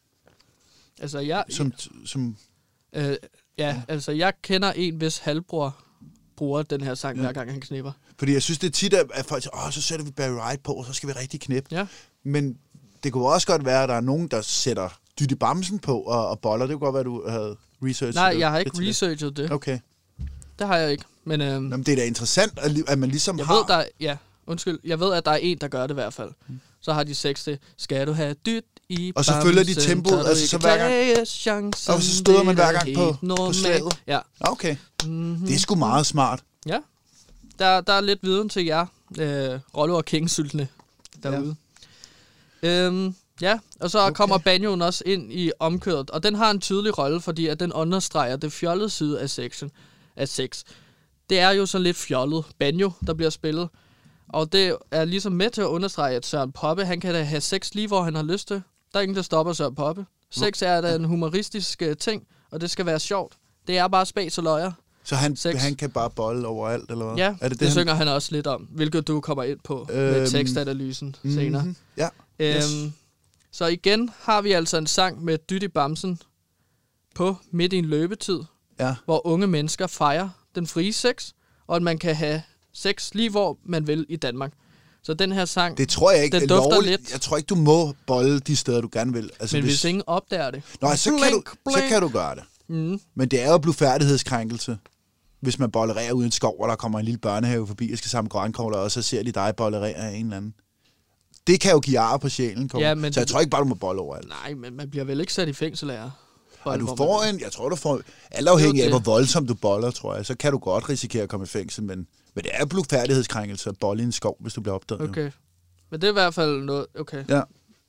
Altså, jeg, som... som øh, ja, altså, jeg kender en, hvis halvbror bruger den her sang, Ja. ja. hver gang han knipper. fordi jeg synes, det er tit, at at folk siger, åh, så sætter vi Barry White på, og så skal vi rigtig knæppe. Ja. Men det kunne også godt være, at der er nogen, der sætter Dytte Bamsen på og, og boller. Det kunne godt være, du havde researchet. Nej, jeg har ikke researchet det. Okay. Det har jeg ikke. Men, øhm, Jamen, det er da interessant, at man ligesom jeg har... ved, der, ja, undskyld. Jeg ved, at der er en, der gør det i hvert fald. Mm. Så har de seks det. Skal du have dyt i og så følger de tempoet, altså så hver gang... Chancen, og så støder man hver gang på, på slaget. Ja. Okay. Mm-hmm. Det er sgu meget smart. Ja. Der, der er lidt viden til jer, øh, Rollo og King-syltene derude. Ja. Øhm, ja, og så okay. kommer banjoen også ind i omkøret, og den har en tydelig rolle, fordi at den understreger det fjollede side af section af sex. Det er jo så lidt fjollet banjo, der bliver spillet, og det er ligesom med til at understrege, at Søren Poppe, han kan da have sex lige, hvor han har lyst til. Der er ingen, der stopper Søren Poppe. Sex er da en humoristisk uh, ting, og det skal være sjovt. Det er bare spas og løjer. Så han, han kan bare bolle overalt, eller hvad? Ja, er det, det, det han... synger han også lidt om, hvilket du kommer ind på øhm, med tekstanalysen mm-hmm. senere. Ja. Øhm, yes. Så igen har vi altså en sang med Dyt i Bamsen på midt i en løbetid, ja. hvor unge mennesker fejrer den frie sex, og at man kan have sex lige hvor man vil i Danmark. Så den her sang, det tror jeg ikke den dufter lovligt. lidt. Jeg tror ikke, du må bolle de steder, du gerne vil. Altså, men hvis, hvis ingen opdager det. Nå, så, blink, kan du, så kan du gøre det. Mm. Men det er jo blufærdighedskrænkelse, hvis man bollererer uden skov, og der kommer en lille børnehave forbi og skal samle grønkogler, og så ser de dig bollerere af en eller anden. Det kan jo give ar på sjælen, ja, men så jeg tror ikke bare, du må bolle overalt. Nej, men man bliver vel ikke sat i fængsel af og du får en, jeg tror, du får, alt afhængig af, hvor voldsomt du boller, tror jeg, så kan du godt risikere at komme i fængsel, men, men det er blufærdighedskrænkelse at bolle i en skov, hvis du bliver opdaget. Okay. Jo. Men det er i hvert fald noget, okay. Ja.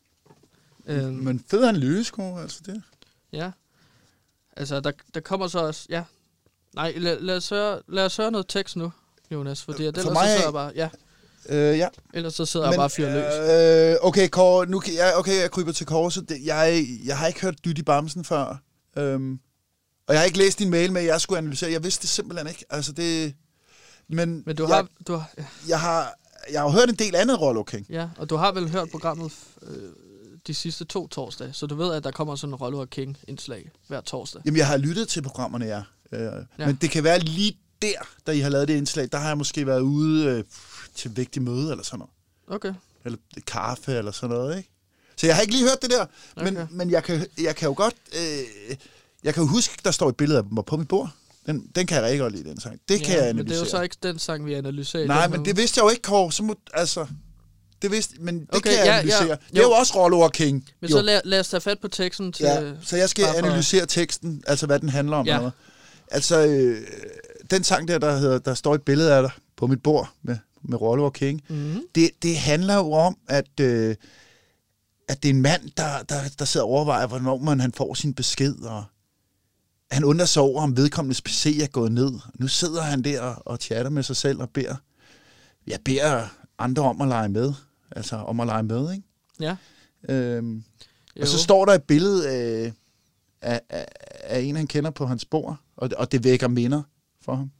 Øhm, men fed han løsesko, altså det. Ja. Altså, der, der kommer så også, ja. Nej, lad, lad, os, høre, lad os høre noget tekst nu, Jonas, fordi at For ellers mig, så sidder jeg bare, ja. Øh, ja. Ellers så sidder men, jeg bare og fyrer løs. Øh, okay, Kåre, nu kan jeg, okay, jeg kryber til korset. Det, jeg, jeg har ikke hørt Dyt i Bamsen før. Øhm, og jeg har ikke læst din mail med, at jeg skulle analysere. Jeg vidste det simpelthen ikke. Altså, det... Men, men du jeg, har... Du har ja. jeg, har jeg har jo hørt en del andet Rollo King. Ja, og du har vel hørt programmet øh, de sidste to torsdage, så du ved, at der kommer sådan en Rollo King-indslag hver torsdag. Jamen, jeg har lyttet til programmerne, ja. Øh, ja. Men det kan være lige der, da I har lavet det indslag, der har jeg måske været ude øh, til vigtig møde eller sådan noget. Okay. Eller kaffe eller sådan noget, ikke? Så jeg har ikke lige hørt det der, men, okay. men jeg, kan, jeg kan jo godt... Øh, jeg kan jo huske, der står et billede af mig på mit bord. Den, den kan jeg rigtig godt lide, den sang. Det ja, kan jeg analysere. Men det er jo så ikke den sang, vi analyserer. Nej, men det vidste jeg jo ikke, Kåre. Så må, altså, det vidste, men det okay, kan jeg ja, analysere. Ja, det er jo også Rollo og King. Men jo. Så lad, lad os tage fat på teksten til... Ja, så jeg skal analysere teksten, altså hvad den handler om. Ja. Altså, øh, den sang der, der, hedder, der står et billede af dig på mit bord med, med Rollo og King, mm-hmm. det, det handler jo om, at, øh, at det er en mand, der, der, der sidder og overvejer, hvornår man han får sin besked, og han undrer sig over, om vedkommendes P C er gået ned. Nu sidder han der og chatter med sig selv og beder, jeg beder andre om at lege med. Altså om at lege med, ikke? Ja. Øhm, og så står der et billede af, af, af, af en, han kender på hans bord, og, og det vækker minder for ham.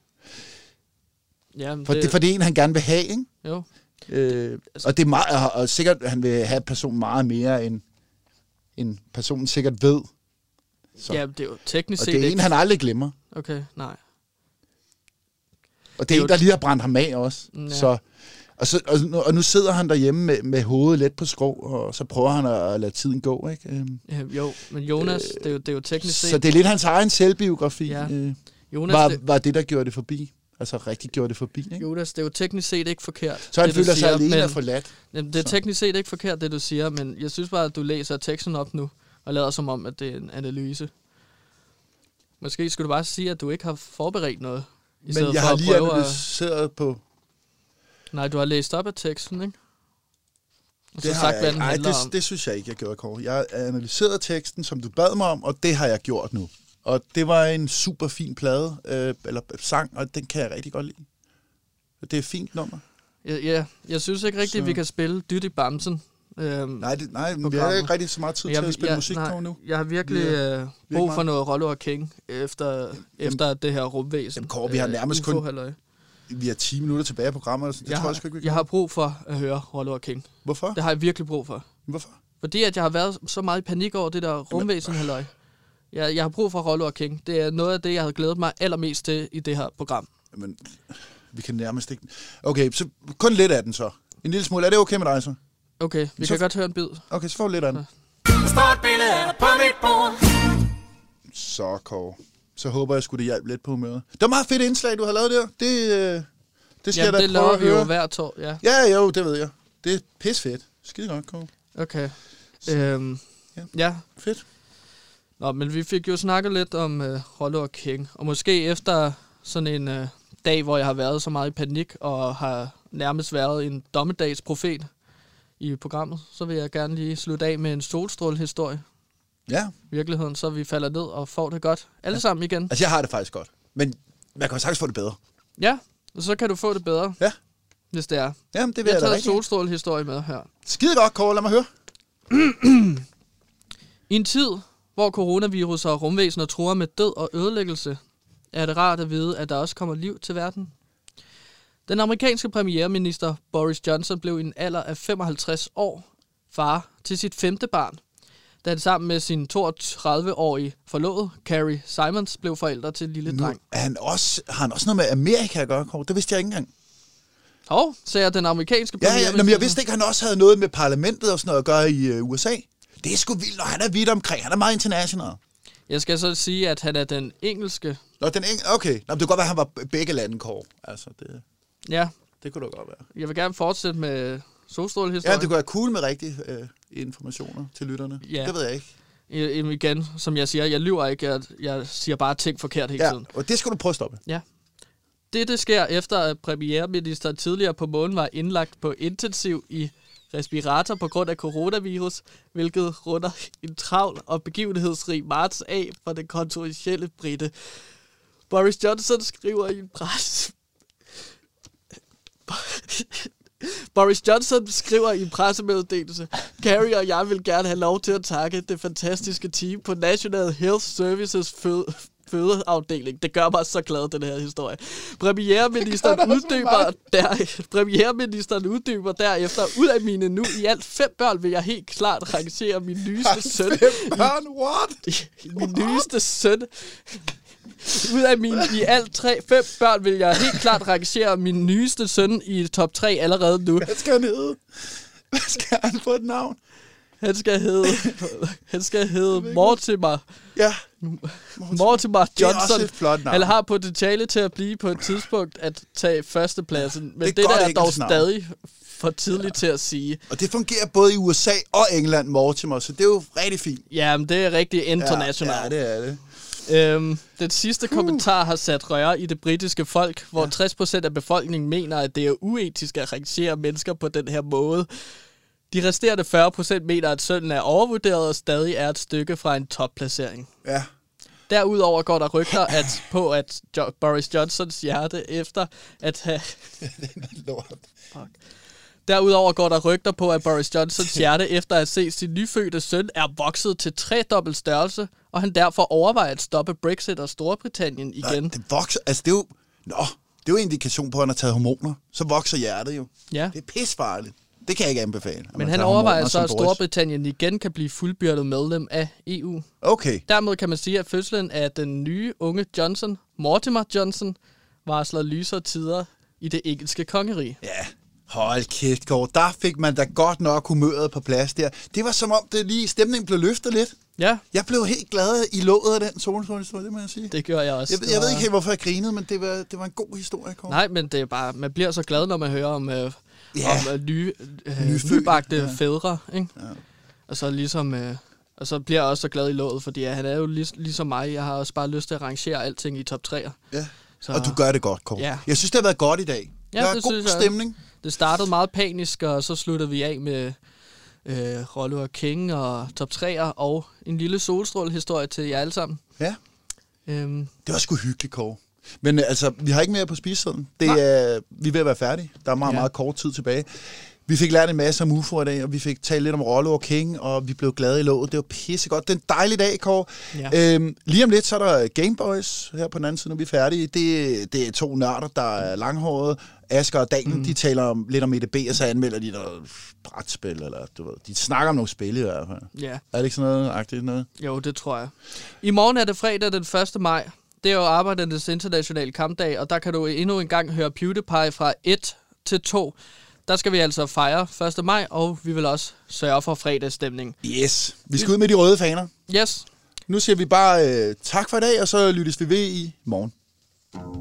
Ja, for det, det, for det er en, han gerne vil have, ikke? Jo. Øh, og det er meget, og, og sikkert, han vil have personen meget mere, end, end personen sikkert ved. Så. Ja, det er jo teknisk set set Og det er en, han aldrig glemmer. Okay, nej. Og det er, det er en, der lige har brændt ham af også. Ja. Så, og, så, og, nu, og nu sidder han derhjemme med, med hovedet let på skrå, og så prøver han at, at lade tiden gå, ikke? Ja, jo, men Jonas, øh, det, er jo, det er jo teknisk set... Så det er lidt hans egen selvbiografi, ja. øh, Jonas, var, det... var det, der gjorde det forbi. Altså rigtig gjorde det forbi, ikke? Jonas, det er jo teknisk set ikke forkert. Så han det, føler sig siger, alene men, og forladt. Det er teknisk set ikke forkert, det du siger, men jeg synes bare, at du læser teksten op nu, og lader som om, at det er en analyse. Måske skulle du bare sige, at du ikke har forberedt noget. I Men jeg har lige analyseret at... på... Nej, du har læst op af teksten, ikke? Og det så sagt, hvad den Ej, det, det synes jeg ikke, jeg gjorde, Kåre. Jeg har analyseret teksten, som du bad mig om, og det har jeg gjort nu. Og det var en super fin plade, øh, eller sang, og den kan jeg rigtig godt lide. Det er et fint nummer. Ja, ja. Jeg synes ikke rigtigt, så... vi kan spille Dyt i Bamsen. Øhm, nej, det, nej men vi har ikke rigtig så meget tid jeg, til at spille jeg, musik nej, nu. Jeg har virkelig øh, brug for noget Rollo og King, efter, jamen, efter det her rumvæsen. Jamen Kåre, vi har nærmest kun... Halløj. Vi har ti minutter tilbage af programmet, så det jeg tror har, jeg sgu ikke, vi Jeg har brug for at høre Rollo og King. Hvorfor? Det har jeg virkelig brug for. Hvorfor? Fordi at jeg har været så meget i panik over det der rumvæsen, halløj. Jeg, jeg har brug for Rollo og King. Det er noget af det, jeg havde glædet mig allermest til i det her program. Men vi kan nærmest ikke... Okay, så kun lidt af den så. En lille smule. Er det okay med dig så? Okay, vi Så- kan godt høre en bid. Okay, så får vi lidt af den. Der står et billede af dig på mit bord. Så, Kåre. Så håber jeg, skulle det hjælpe lidt på humøret. Det var meget fedt indslag, du har lavet der. Det, øh, det skal Jamen, jeg det da prøve laver at vi jo høre. hver tår, ja. Ja, jo, det ved jeg. Det er pis fedt. Skide godt, Kåre. Okay. Øhm, Ja. ja. ja. Fedt. Nå, men vi fik jo snakket lidt om øh, Rollo og King. Og måske efter sådan en øh, dag, hvor jeg har været så meget i panik, og har nærmest været en dommedagsprofet i programmet, så vil jeg gerne lige slutte af med en solstrålehistorie. Ja. I virkeligheden, så vi falder ned og får det godt. Alle ja. sammen igen. Altså, jeg har det faktisk godt. Men man kan jo sagtens få det bedre. Ja, og så kan du få det bedre, Ja. hvis det er. Jamen, det vil Jeg jeg, har da taget en rigtig. solstrålehistorie med her. Skide godt, Kåre. Lad mig høre. I en tid, hvor coronavirus og rumvæsener truer med død og ødelæggelse, er det rart at vide, at der også kommer liv til verden. Den amerikanske premierminister Boris Johnson blev i en alder af femoghalvtreds år far til sit femte barn, da han sammen med sin toogtredive-årige forlovede, Carrie Simons, blev forældre til en lille Nu dreng. er han også, har han også noget med Amerika at gøre, Kåre? Det vidste jeg ikke engang. Og sagde den amerikanske Ja, ja, premierminister. men jeg vidste ikke, at han også havde noget med parlamentet og sådan noget at gøre i uh, U S A. Det er sgu vildt, når han er vidt omkring. Han er meget international. Jeg skal så sige, at han er den engelske. Nå, den eng- okay. Nå, det kunne godt være, at han var begge lande, Kåre. Altså, det, Ja, det kunne da godt være. jeg vil gerne fortsætte med solstrålehistorien. Ja, det kunne være cool med rigtige øh, informationer til lytterne. Ja. Det ved jeg ikke. I- Igen, som jeg siger, jeg lyver ikke. Jeg, jeg siger bare ting forkert hele Ja, tiden. og det skal du prøve at stoppe. Ja. Dette sker efter, at premierminister tidligere på måneden var indlagt på intensiv i respirator på grund af coronavirus, hvilket runder en travl og begivenhedsrig marts af for den kontroversielle Britte. Boris Johnson skriver i en pres... Boris Johnson skriver i en pressemeddelelse: Carrie og jeg vil gerne have lov til at takke det fantastiske team på National Health Services føde, fødeafdeling. Det gør mig så glad, den her historie. Premierministeren uddyber, der, premierministeren uddyber derefter: ud af mine nu i alt fem børn vil jeg helt klart rangere min nyeste søn. Børn, what? Min nyeste søn. Ud af mine i alt tre, fem børn vil jeg helt klart rangere min nyeste søn i top tre allerede nu. Hvad skal han hedde? Hvad skal han få et navn? Han skal hedde, han skal hedde Mortimer. Ja. Mortimer Det er også Johnson. et flot navn. Han har potentiale til at blive på et tidspunkt at tage førstepladsen. Men Det er det, det godt der er engelsk dog navn. stadig for tidligt til at sige. Og det fungerer både i U S A og England, Mortimer, så det er jo rigtig fint. Jamen, det er rigtig international. Ja, ja, det er det. Øhm, den sidste kommentar har sat røre i det britiske folk, hvor ja. tres procent af befolkningen mener, at det er uetisk at rangere mennesker på den her måde. De resterende fyrre procent mener, at sønnen er overvurderet og stadig er et stykke fra en topplacering. Ja. Derudover går der rygter at, på, at jo- Boris Johnsons hjerte efter at have... Lort. Fuck. Derudover går der rygter på, at Boris Johnsons hjerte efter at se sin nyfødte søn er vokset til tredobbelt størrelse, og han derfor overvejer at stoppe Brexit og Storbritannien igen. Nej, det vokser, altså det er jo, nå, det er jo en indikation på, at han har taget hormoner. Så vokser hjertet jo. Ja. Det er pissefarligt. Det kan jeg ikke anbefale. at Men man han tager overvejer hormoner så, som at Boris. Storbritannien igen kan blive fuldbyrdet medlem af E U. Okay. Dermed kan man sige, at fødslen af den nye unge Johnson, Mortimer Johnson, varsler lysere tider i det engelske kongerige. Ja. Hold kæft, Kåre. Der fik man da godt nok humøret på plads der. Det var som om, det lige stemningen blev løftet lidt. Ja, Jeg blev helt glad i låget af den solstrålehistorie, det må jeg sige. det gør jeg også. Jeg, jeg ved ikke helt, hvorfor jeg grinede, men det var, det var en god historie, Kåre. Nej, men det er bare, man bliver så glad, når man hører om, øh, Ja. om øh, nye, øh, Nyfødte, nybagte ja. fædre, ikke? Ja. Og så ligesom, øh, og så bliver jeg også så glad i låget, fordi ja, han er jo lig, ligesom mig. Jeg har også bare lyst til at rangere alting i top treer. Ja. Så, Og du gør det godt, Kåre. Ja. Jeg synes, det har været godt i dag. Ja, der er det god synes jeg. stemning. Det startede meget panisk, og så sluttede vi af med øh, Rollo og King og top treer og en lille solstrålehistorie til jer alle sammen. Ja. Øhm, Det var sgu hyggeligt, Kåre. Men øh, altså, vi har ikke mere på spisesedlen. Det Nej. er, vi er ved at være færdige. Der er meget, Ja. meget kort tid tilbage. Vi fik lært en masse om U F O'er i dag, og vi fik talt lidt om Rollo og King, og vi blev glade i låget. Det var pissegodt. Det er en dejlig dag, Kåre. Ja. Øhm, lige om lidt, så er der Gameboys her på den anden side, når vi er færdige. Det, det er to nørder, der er langhårede. Asger og Daniel, mm. de taler om, lidt om E D B, og så anmelder de noget brætspil, eller du ved. De snakker om nogle spil i hvert fald. ja, Er det ikke sådan noget agtigt noget? jo, det tror jeg. I morgen er det fredag den første maj. Det er jo Arbejdernes Internationale Kampdag, og der kan du endnu en gang høre PewDiePie fra et til to. der skal vi altså fejre første maj, og vi vil også sørge for fredagsstemning. Yes. Vi skal ud med de røde faner. Yes. Nu siger vi bare øh, tak for i dag, og så lyttes vi ved i morgen.